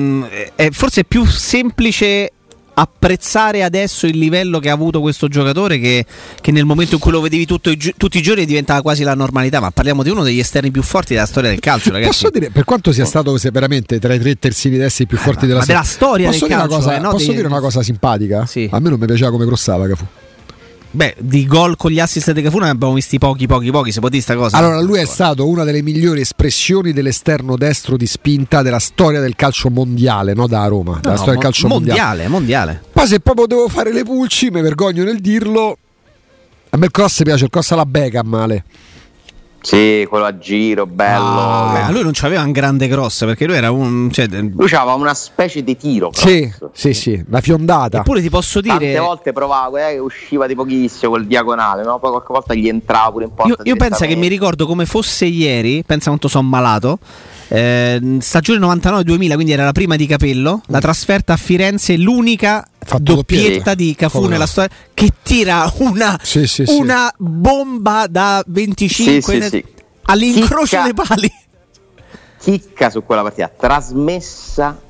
è forse più semplice apprezzare adesso il livello che ha avuto questo giocatore che nel momento in cui lo vedevi tutti i giorni diventava quasi la normalità. Ma parliamo di uno degli esterni più forti della storia del calcio, ragazzi. Posso dire, per quanto sia stato veramente tra i 3 terzini destri più forti della storia del calcio, posso dire una cosa simpatica? Sì. A me non mi piaceva come crossava Cafu. Beh, di gol con gli assist di Cafu ne abbiamo visti pochi, si può dire sta cosa. Allora, lui è stato una delle migliori espressioni dell'esterno destro di spinta della storia del calcio mondiale, no da Roma, della storia del calcio mondiale. Poi se proprio devo fare le pulci, mi vergogno nel dirlo, a me il cross piace, il cross alla Beckham, male. Sì, quello a giro, bello. Lui non c'aveva un grande cross perché lui era lui aveva una specie di tiro. Sì, la fiondata. Eppure ti posso dire, tante volte provava, usciva di pochissimo quel diagonale, no? Poi qualche volta gli entrava pure in porta. Io penso che mi ricordo come fosse ieri, pensa quanto sono malato. Stagione 99-2000, quindi era la prima di Capello. La trasferta a Firenze, l'unica doppietta di Cafu nella storia, che tira una bomba da 25 all'incrocio dei pali. Chicca su quella partita, trasmessa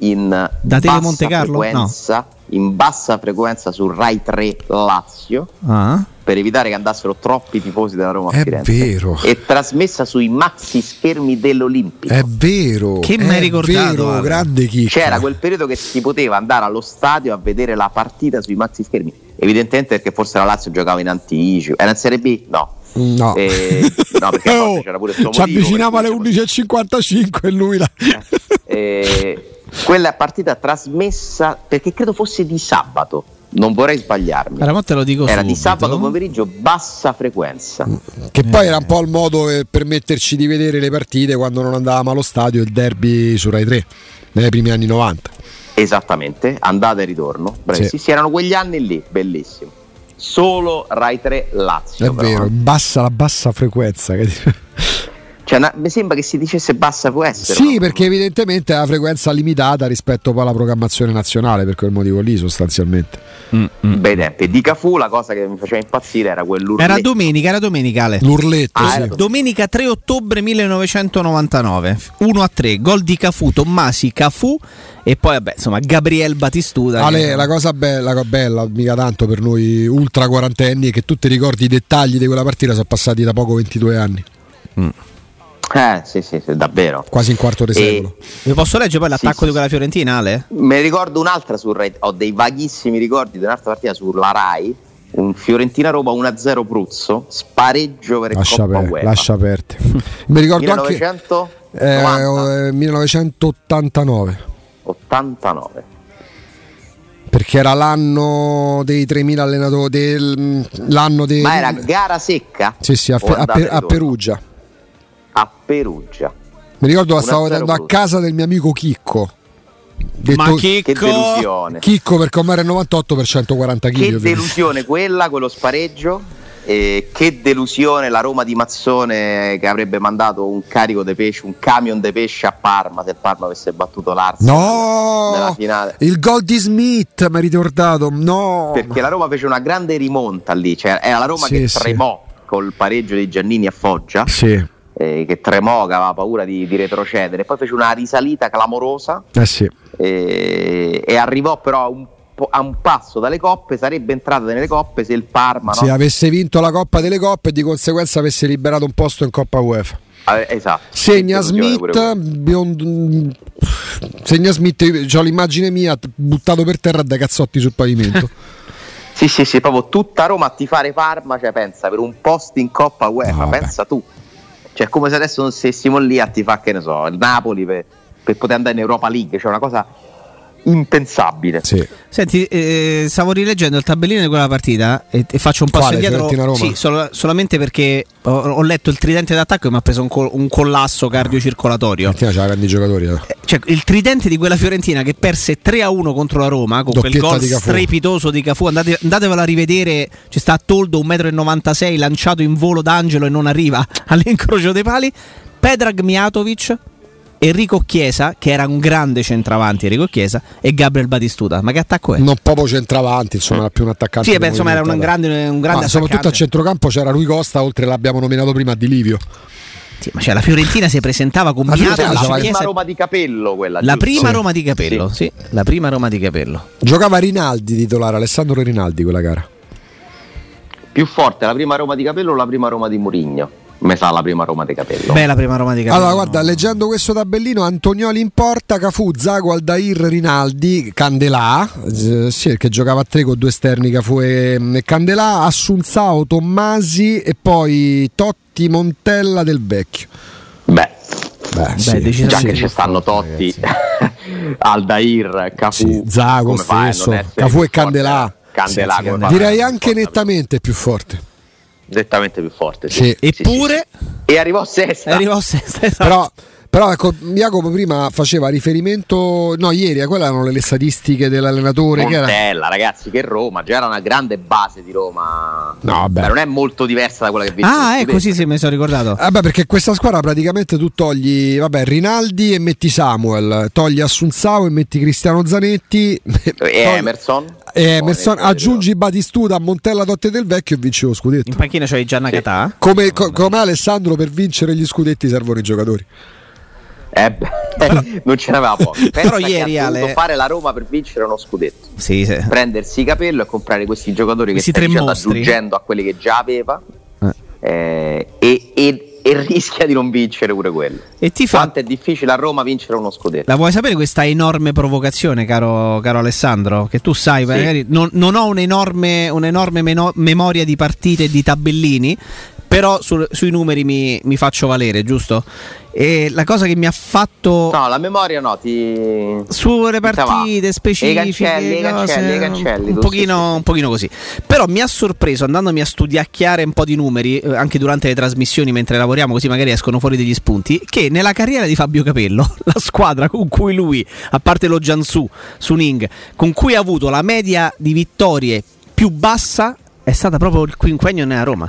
da Tele Monte Carlo? In bassa frequenza su Rai 3 Lazio. per evitare che andassero troppi tifosi della Roma a È Firenze. vero. E trasmessa sui maxi schermi dell'Olimpico. È vero. Che mi hai ricordato, vero, grande chicca. C'era quel periodo che si poteva andare allo stadio a vedere la partita sui maxi schermi. Evidentemente perché forse la Lazio giocava in anticipo. Era in Serie B? No. No, no, perché a volte c'era pure il suo ci motivo, avviciniamo alle per cui 11.55 e lui la... quella partita trasmessa perché credo fosse di sabato, non vorrei sbagliarmi. Allora, te lo dico era subito. di sabato pomeriggio, bassa frequenza. Che poi era un po' il modo per permetterci di vedere le partite quando non andavamo allo stadio, il derby su Rai 3 nei primi anni 90. Esattamente, andata e ritorno. Sì. Sì, erano quegli anni lì, bellissimo. Solo Rai 3 Lazio. È vero, la bassa frequenza. Cioè, mi sembra che si dicesse bassa può essere. Sì, no? perché evidentemente è una frequenza limitata rispetto poi alla programmazione nazionale, per quel motivo lì sostanzialmente. Bei tempi. Di Cafù la cosa che mi faceva impazzire era quell'urletto. Era domenica, Ale. L'urletto, Ah, sì. era Domenica 3 ottobre 1999, 1-3, gol di Cafù, Tommasi, Cafù e poi vabbè, insomma, Gabriel Batistuta. Ale, la cosa bella, mica tanto per noi ultra quarantenni, è che tu ti ricordi i dettagli di quella partita, sono passati da poco 22 anni. Sì, davvero. Quasi un quarto di secolo. Vi posso leggere poi l'attacco Sì. di quella Fiorentina, Ale? Me ne ricordo un'altra su Rai, ho dei vaghissimi ricordi di un'altra partita sulla Rai, un Fiorentina-Roma 1-0 Pruzzo, spareggio per il Coppa UEFA. Lascia aperte. Mi ricordo 1990? 1989. 89. Perché era l'anno dei 3.000 allenatori, l'anno dei... Ma era gara secca? Sì, a O andata e ritorno? Perugia. A Perugia. Mi ricordo che stavo 1-0 andando a Pruzzo. casa del mio amico Chicco. Ma Che delusione. Chicco perché ormai era il 98 per 140 kg. Che delusione quella, quello spareggio. Che delusione la Roma di Mazzone che avrebbe mandato un carico di pesce, un camion di pesce a Parma se Parma avesse battuto l'Arsenal nella No, finale. il gol di Smith mi hai ricordato. No, Perché la Roma fece una grande rimonta lì, cioè era la Roma Sì, che sì. tremò col pareggio di Giannini a Foggia, sì, che tremò, che aveva paura di retrocedere, poi fece una risalita clamorosa sì. e arrivò però a un passo dalle coppe, sarebbe entrata nelle coppe se il Parma Se no? avesse vinto la Coppa delle Coppe e di conseguenza avesse liberato un posto in Coppa UEFA. Esatto. Segna Che delusione pure Smith, segna Smith, ho l'immagine mia buttato per terra dai cazzotti sul pavimento. Sì, proprio tutta Roma a tifare Parma, cioè pensa per un posto in Coppa UEFA, No, pensa tu. Cioè come se adesso non stessimo lì a tifare, che ne so, il Napoli per poter andare in Europa League, cioè una cosa impensabile. Sì. Senti, stavo rileggendo il tabellino di quella partita e faccio un passo Quale? indietro. Fiorentina-Roma? Sì, solamente perché ho letto il tridente d'attacco e mi ha preso un collasso cardiocircolatorio. C'ha grandi giocatori. Cioè, il tridente di quella Fiorentina che perse 3-1 contro la Roma con quel Doppietta gol di Cafù. strepitoso di Cafù. Andatevela a rivedere. Ci sta Toldo 1,96 m lanciato in volo d'angelo e non arriva all'incrocio dei pali. Predrag Mijatovic, Enrico Chiesa, che era un grande centravanti, Enrico Chiesa, e Gabriel Batistuta. Ma che attacco è? Non proprio centravanti, insomma, era più un attaccante. Sì, penso, ma era un grande soprattutto attaccante. a centrocampo c'era Rui Costa, oltre l'abbiamo nominato prima Di Livio. Sì, ma cioè, la Fiorentina si presentava con La Fiorentina Mijatovic, c'aveva La prima Chiesa. Roma di Capello quella. La giusto? prima Sì. Roma di Capello, sì, la prima Roma di Capello. Giocava Rinaldi titolare, Alessandro Rinaldi quella gara. Più forte la prima Roma di Capello o la prima Roma di Mourinho? Me sa la prima Roma di Capello. Beh, la prima Roma di Capello. Allora, guarda, leggendo questo tabellino, Antonioli in porta, Cafù, Zago, Aldair, Rinaldi, Candelà, sì, che giocava a 3 con due esterni, Cafù e Candelà, Assunzao, Tommasi e poi Totti, Montella, Del Vecchio. Beh, Sì. decisamente già che più ci stanno forte, Totti, Aldair, Cafù, Sì, Zago come fai a non stesso, essere Cafù più e Candelà. forte? Candelà, Sì, come fai? Direi anche nettamente più forte. Nettamente più forte. Sì. Eppure E arrivò sesta. arrivò sesta, esatto. Però ecco, Jacopo prima faceva riferimento, no, ieri, quelle erano le statistiche dell'allenatore. Che era... Montella, ragazzi, che Roma, già era una grande base di Roma. No, vabbè. Beh, non è molto diversa da quella che vince. Ah, ecco, sì, mi sono ricordato. Vabbè, perché questa squadra praticamente tu togli Rinaldi e metti Samuel, togli Assunzao e metti Cristiano Zanetti Emerson. aggiungi Batistuta, Montella, Totti Del Vecchio e vinci lo scudetto. In panchina c'hai Gianna Catà. Come Alessandro, per vincere gli scudetti servono i giocatori. Non ce n'aveva poco. Però Pensa ieri, che ha dovuto Ale, fare la Roma per vincere uno scudetto. sì. prendersi Capello e comprare questi giocatori che Questi stai tre dicendo, mostri, aggiungendo a quelli che già aveva, e rischia di non vincere pure quello. E ti fa... Quanto è difficile a Roma vincere uno scudetto. La vuoi sapere questa enorme provocazione, caro Alessandro? Che tu sai, Sì. magari non ho un'enorme memoria di partite e di tabellini, però sui numeri mi faccio valere, giusto? E la cosa che mi ha fatto... No, la memoria no, sulle partite specifiche, i cancelli, un pochino così. Però mi ha sorpreso, andandomi a studiacchiare un po' di numeri anche durante le trasmissioni mentre lavoriamo, così magari escono fuori degli spunti, che nella carriera di Fabio Capello la squadra con cui lui, a parte lo Jiangsu, Suning, con cui ha avuto la media di vittorie più bassa è stata proprio il quinquennio nella Roma.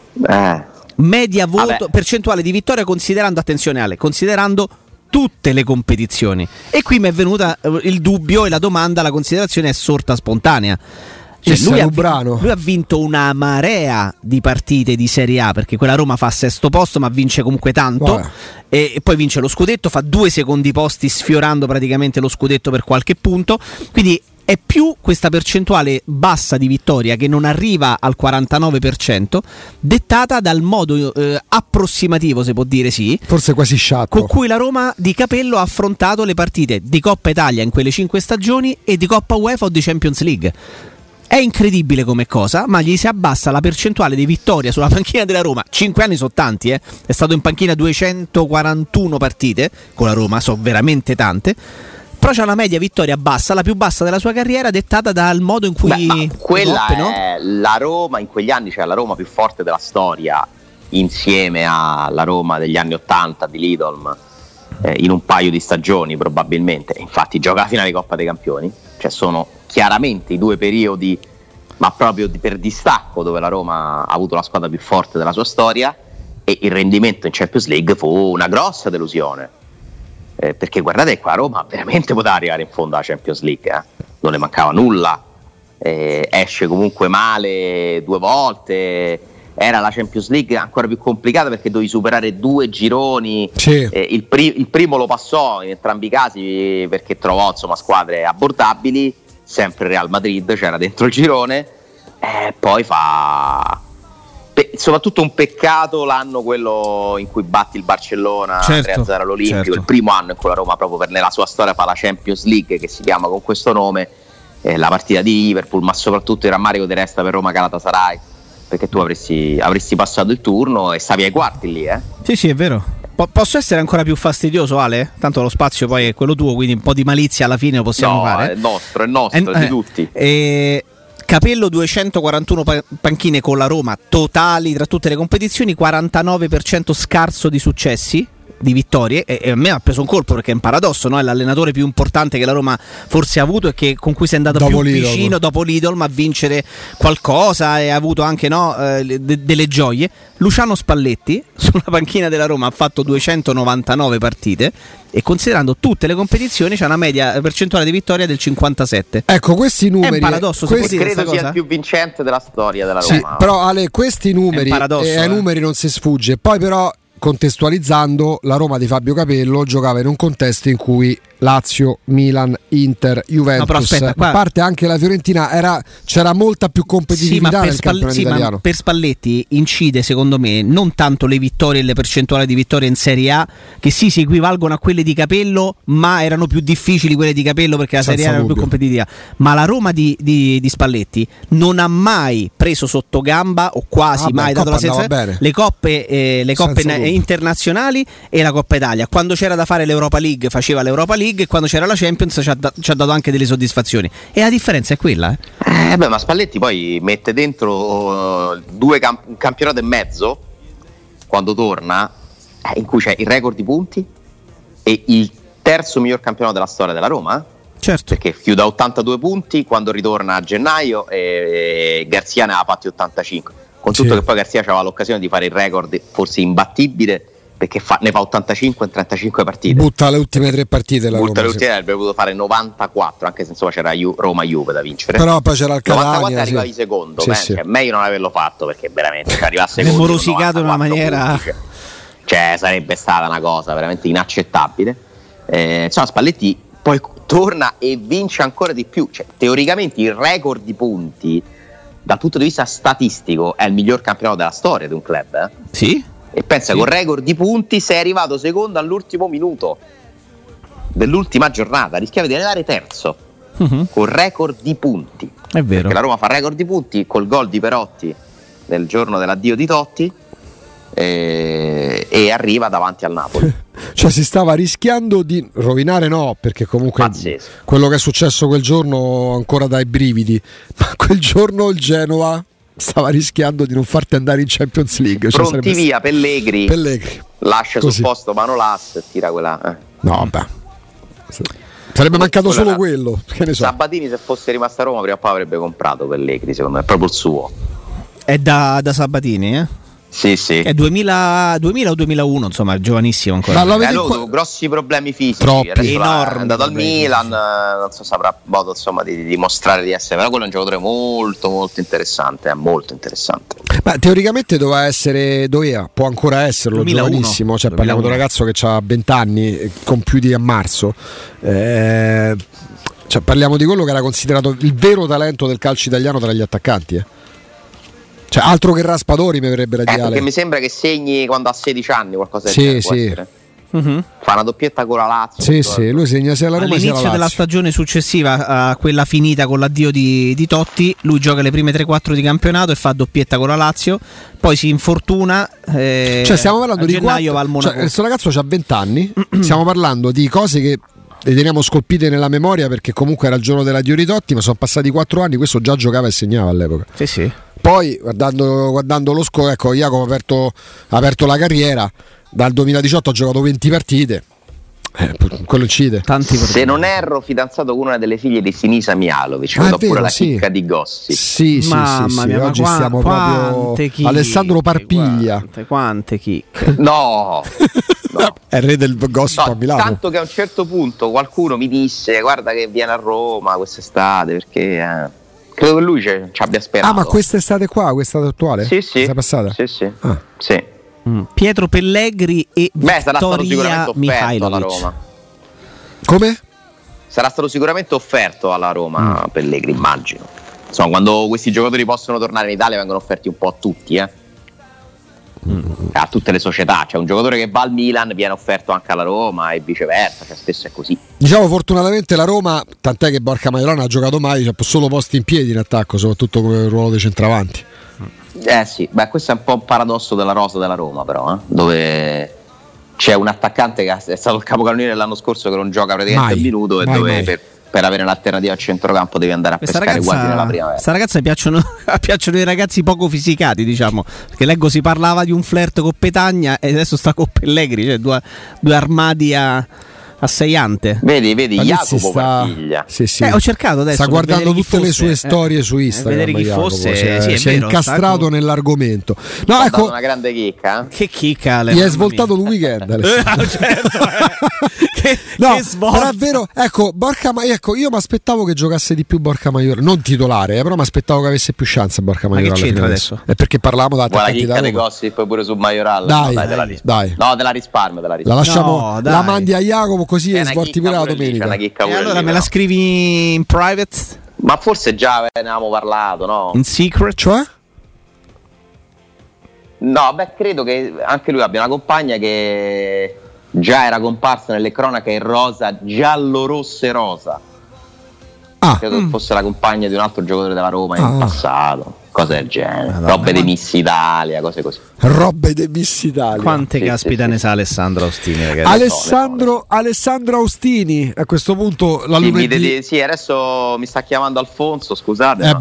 Media voto, percentuale di vittoria considerando, attenzione Ale, considerando tutte le competizioni. E qui mi è venuta il dubbio e la domanda, la considerazione è sorta spontanea. Cioè, lui ha vinto una marea di partite di Serie A, perché quella Roma fa sesto posto ma vince comunque tanto, e poi vince lo scudetto, fa 2 secondi posti sfiorando praticamente lo scudetto per qualche punto, quindi è più questa percentuale bassa di vittoria che non arriva al 49%, dettata dal modo approssimativo, se può dire sì, forse quasi sciatto, con cui la Roma di Capello ha affrontato le partite di Coppa Italia in quelle 5 stagioni e di Coppa UEFA o di Champions League. È incredibile come cosa, ma gli si abbassa la percentuale di vittoria sulla panchina della Roma. 5 anni sono tanti, è stato in panchina 241 partite con la Roma, sono veramente tante. Però c'è una media vittoria bassa, la più bassa della sua carriera, dettata dal modo in cui... quella è la Roma, in quegli anni c'è la Roma più forte della storia, insieme alla Roma degli anni 80 di Lidolm, in un paio di stagioni probabilmente. Infatti gioca la finale di Coppa dei Campioni, cioè sono chiaramente i 2 periodi, ma proprio per distacco, dove la Roma ha avuto la squadra più forte della sua storia, e il rendimento in Champions League fu una grossa delusione. Perché guardate qua, Roma veramente poteva arrivare in fondo alla Champions League, non le mancava nulla, esce comunque male 2 volte, era la Champions League ancora più complicata perché dovevi superare 2 gironi, sì. Il primo lo passò in entrambi i casi perché trovò insomma squadre abbordabili, sempre Real Madrid c'era dentro il girone, poi soprattutto un peccato l'anno quello in cui batti il Barcellona 3-0 all'Olimpico, certo. Il primo anno in cui la Roma proprio nella sua storia fa la Champions League, che si chiama con questo nome, la partita di Liverpool, ma soprattutto il rammarico ti resta per Roma Galatasaray, perché tu avresti passato il turno e stavi ai quarti lì. Sì, è vero. Posso essere ancora più fastidioso, Ale? Tanto lo spazio poi è quello tuo, quindi un po' di malizia alla fine lo possiamo fare. È nostro, è di tutti. Capello 241 panchine con la Roma totali tra tutte le competizioni, 49% scarso di successi, di vittorie, e a me ha preso un colpo perché è un paradosso, no? È l'allenatore più importante che la Roma forse ha avuto e con cui si è andato dopo più Lidl. Vicino dopo Lidl, ma a vincere qualcosa, e ha avuto anche delle gioie. Luciano Spalletti sulla panchina della Roma ha fatto 299 partite e considerando tutte le competizioni c'è una media percentuale di vittoria del 57. Ecco, questi numeri è un paradosso, credo sia il più vincente della storia della Roma. Sì, però Ale, questi numeri ai numeri non si sfugge. Poi però, contestualizzando, la Roma di Fabio Capello giocava in un contesto in cui Lazio, Milan, Inter, Juventus, no, però aspetta, a parte anche la Fiorentina, c'era molta più competitività nel campionato italiano. Ma per Spalletti incide secondo me non tanto le vittorie e le percentuali di vittorie in Serie A, che si equivalgono a quelle di Capello, ma erano più difficili quelle di Capello perché la Serie A era più competitiva, ma la Roma di Spalletti non ha mai preso sotto gamba, o quasi mai, dato la sensazione, le coppe internazionali e la Coppa Italia. Quando c'era da fare l'Europa League faceva l'Europa League, e quando c'era la Champions ci ha dato anche delle soddisfazioni, e la differenza è quella. Ma Spalletti poi mette dentro un campionato e mezzo quando torna, in cui c'è il record di punti e il terzo miglior campionato della storia della Roma, certo, perché chiude a 82 punti quando ritorna a gennaio, e Garzia ne aveva fatti 85, con tutto che poi Garzia aveva l'occasione di fare il record forse imbattibile, perché ne fa 85 in 35 partite. Butta le ultime 3 partite la Roma. Avrebbe potuto fare 94, anche se insomma c'era Roma-Juve da vincere. Però poi c'era il Catania. 94 arrivavi secondo, cioè, meglio non averlo fatto, perché veramente arrivasse secondo. Morosicato in una maniera. Cioè sarebbe stata una cosa veramente inaccettabile. Spalletti poi torna e vince ancora di più. Cioè, teoricamente il record di punti dal punto di vista statistico è il miglior campionato della storia di un club. Sì. E pensa, con record di punti sei arrivato secondo all'ultimo minuto dell'ultima giornata, rischiavi di arrivare terzo con record di punti. È vero. Perché la Roma fa record di punti col gol di Perotti nel giorno dell'addio di Totti e arriva davanti al Napoli. Cioè si stava rischiando di rovinare, no, perché comunque Pazzesco. quello che è successo quel giorno ancora dai brividi, ma quel giorno il Genova stava rischiando di non farti andare in Champions League. Cioè Pronti via Pellegrini, lascia così. sul posto Manolas e tira quella. No, vabbè. Sarebbe mancato solo quello. Che ne so. Sabatini, se fosse rimasto a Roma, prima o poi avrebbe comprato Pellegrini, secondo me, è proprio il suo. È da Sabatini, eh? Sì, sì. È 2000 o 2001, insomma, è giovanissimo ancora. Ma grossi problemi fisici. Troppi. Enormi. È andato al Milan, non so se avrà modo insomma di dimostrare di essere, però quello è un giocatore molto molto interessante, molto interessante. Ma teoricamente doveva, può ancora esserlo, 2001. Giovanissimo, cioè 2001. parliamo di un ragazzo che ha 20 anni, compiuti a marzo. Cioè parliamo di quello che era considerato il vero talento del calcio italiano tra gli attaccanti, Cioè, altro che Raspadori mi verrebbe da dire. Perché mi sembra che segni quando ha 16 anni, qualcosa del Sì, genere, può sì. essere. Fa una doppietta con la Lazio. Sì, lui segna sia la Roma sia la All'inizio Lazio. della stagione successiva a quella finita con l'addio di Totti, lui gioca le prime 3-4 di campionato e fa doppietta con la Lazio, poi si infortuna, Cioè stiamo parlando a di gennaio va al Monaco. Cioè, questo ragazzo ha 20 anni, stiamo parlando di cose che le teniamo scolpite nella memoria perché comunque era il giorno dell'addio di Totti, ma sono passati 4 anni, questo già giocava e segnava all'epoca. Sì. Poi guardando lo score, ecco, Jacopo ha aperto la carriera, dal 2018 ha giocato 20 partite, quello incide. Tanti Se non erro, fidanzato con una delle figlie di Sinisa Mialovic, Ah, è oppure vero, la sì. chicca di Gossi. Sì, Mamma mia, oggi stiamo proprio chicche, Alessandro Parpiglia. Quante chicche. No. È il re del gossip a Milano. Tanto che a un certo punto qualcuno mi disse guarda che viene a Roma quest'estate, perché credo che lui ci abbia sperato. Ah, ma quest'estate qua, quest'estate attuale? Sì. Questa passata? Sì. Ah. Sì. Pietro Pellegrini e Sarà stato Vittoria sicuramente offerto alla Mihajlovic. Roma. Come? Sarà stato sicuramente offerto alla Roma Pellegrini, immagino. Insomma, quando questi giocatori possono tornare in Italia vengono offerti un po' a tutti, a tutte le società. Cioè un giocatore che va al Milan viene offerto anche alla Roma e viceversa, cioè spesso è così. Diciamo fortunatamente la Roma, tant'è che Borca Maiorana ha giocato mai, cioè, solo posti in piedi in attacco, soprattutto come il ruolo dei centravanti. Sì, questo è un po' un paradosso della rosa della Roma, però, dove c'è un attaccante che è stato il capocannoniere l'anno scorso che non gioca praticamente un minuto e dove per avere un'alternativa a centrocampo devi andare a pescare quasi nella primavera. Questa ragazza piacciono i ragazzi poco fisicati, diciamo, perché leggo si parlava di un flirt con Petagna e adesso sta con Pellegrini, cioè due armadi assaiante. Vedi Palizzi Jacopo Parpiglia. Sì. Ho cercato adesso sta guardando tutte le sue storie su per Instagram. vedere chi Jacopo, fosse, si è incastrato nell'argomento. No, Ha ecco, dato una grande chicca. Che chicca, gli è svoltato il weekend. certo, che No, svolta. però è vero, ecco, io mi aspettavo che giocasse di più Borca Maiorana, non titolare, però mi aspettavo che avesse più chance Borca Ma Maiorana. che c'entra adesso? È perché parlavamo da Guarda, attaccanti chicca da dei Roma. gossip pure su Majoral. Dai, No, te la risparmio. La lasciamo, No, dai. la mandi a Jacopo così È e una svolti chicca pure la pure lì, c'è domenica. una chicca E pure allora lì, me la però. scrivi in private? Ma forse già ne avevamo parlato, no? In secret? Cioè? No, credo che anche lui abbia una compagna che già era comparsa nelle cronache in rosa, giallo-rosse rosa. Ah, Credo che fosse la compagna di un altro giocatore della Roma in passato, cose del genere. Madonna, Robe dei Miss Italia, cose così. robe di Miss Italia. Quante Sì, caspita sì, ne sì. sa Alessandro Austini, ragazzi. Alessandro Austini, a questo punto la lunedì. Sì, adesso mi sta chiamando Alfonso, scusate.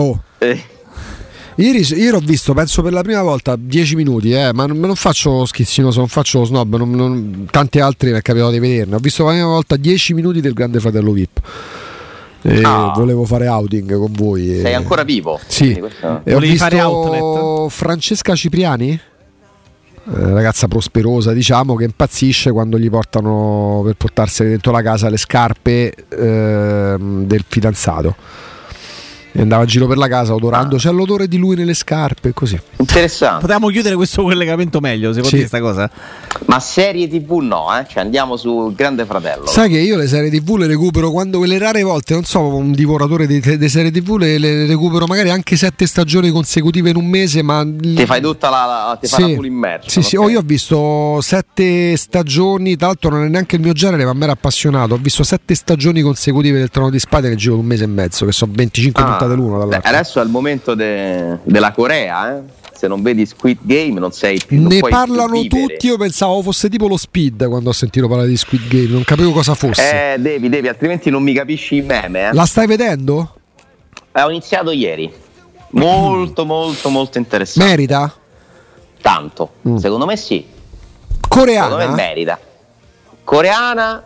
Ieri ho visto, penso per la prima volta 10 minuti, ma non faccio schizzinoso, non faccio lo snob, tanti altri mi è capitato di vederne. Ho visto per la prima volta 10 minuti del Grande Fratello VIP. Volevo fare outing con voi. Sei ancora vivo? Sì. E ho Volevi fare visto outlet? Francesca Cipriani, ragazza prosperosa, diciamo, che impazzisce quando gli portano per portarsene dentro la casa le scarpe del fidanzato. E andava a giro per la casa odorando, c'è l'odore di lui nelle scarpe, così. Interessante. Potevamo chiudere questo collegamento meglio, secondo te, questa cosa? Ma serie TV no, cioè andiamo sul Grande Fratello. Sai che io le serie TV le recupero quando quelle rare volte, non so, un divoratore di serie TV, le recupero magari anche 7 stagioni consecutive in un mese, ma ti fai tutta la full immersion. Sì, io ho visto 7 stagioni, tra l'altro non è neanche il mio genere, ma mi era appassionato. Ho visto 7 stagioni consecutive del Trono di Spade nel giro di un mese e mezzo, che sono 25 puntate l'uno dall'altro. Adesso è il momento della Corea, Se non vedi Squid Game non sei più. Ne parlano tutti, io pensavo fosse tipo lo Speed quando ho sentito parlare di Squid Game, non capivo cosa fosse. Devi, altrimenti non mi capisci i meme. La stai vedendo? Ho iniziato ieri. Molto, molto, molto interessante. Merita? Tanto. Secondo me sì. Coreana? Secondo me merita. Coreana,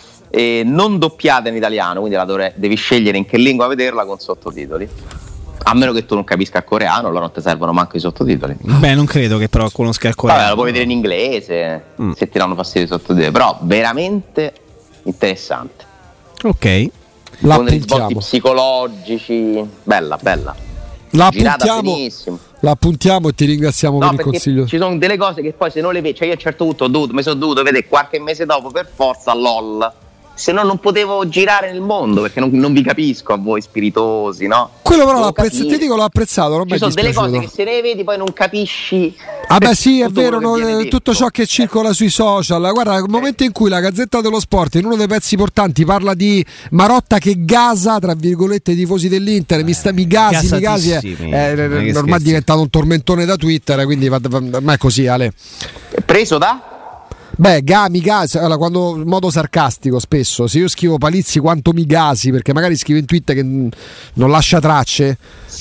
non doppiata in italiano, quindi devi scegliere in che lingua vederla con sottotitoli. A meno che tu non capisca il coreano, allora non ti servono manco i sottotitoli. Beh, non credo che però conosca il coreano. Vabbè, lo puoi vedere in inglese, se ti danno fastidio i sottotitoli, però veramente interessante. Ok. Con risvolti psicologici, bella. La girata benissimo. La appuntiamo e ti ringraziamo per il consiglio. Ci sono delle cose che poi se non le vedi, cioè io a un certo punto mi sono dovuto vedere qualche mese dopo per forza LOL. Se no non potevo girare nel mondo perché non vi capisco a voi spiritosi, no? Quello però ti dico l'ho apprezzato. Non ci sono delle cose che se ne vedi poi non capisci. Beh sì, è vero, tutto ciò che circola sui social. Guarda, nel momento in cui la Gazzetta dello Sport in uno dei pezzi portanti parla di Marotta che gasa, tra virgolette, i tifosi dell'Inter, mi gasi, ormai è diventato un tormentone da Twitter, quindi ma è così, Ale. Preso da? Beh, mi gasi, allora, quando in modo sarcastico spesso, se io scrivo Palizzi quanto mi gasi, perché magari scrivo in Twitter che non lascia tracce,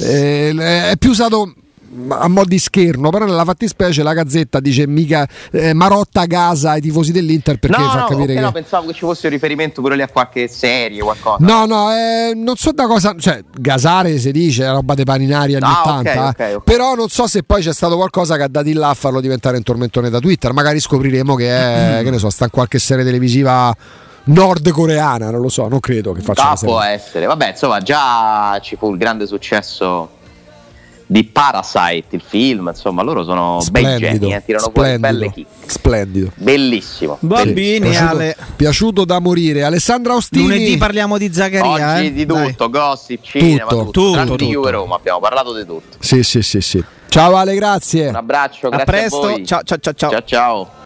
è più usato a mo' di scherno, però nella fattispecie la Gazzetta dice mica Marotta gasa ai tifosi dell'Inter perché fa capire che no, pensavo che ci fosse un riferimento pure lì a qualche serie qualcosa. No, non so da cosa, cioè gasare si dice, roba dei paninari anni 80, okay. Però non so se poi c'è stato qualcosa che ha dato in là a farlo diventare un tormentone da Twitter, magari scopriremo che è che ne so, sta in qualche serie televisiva nordcoreana, non lo so, non credo che faccia può essere. Vabbè, insomma, già ci fu il grande successo di Parasite, il film, insomma, loro sono bei geni, tirano fuori belle chicche. Splendido. Bellissimo. Va bene, Ale. Piaciuto da morire. Alessandra Ostini. Lunedì parliamo di Zaccaria. Oggi di tutto, gossip, cinema, tutto. Juve Roma, abbiamo parlato di tutto. Sì. Ciao Ale, grazie. Un abbraccio, grazie a voi. Ciao. Ciao.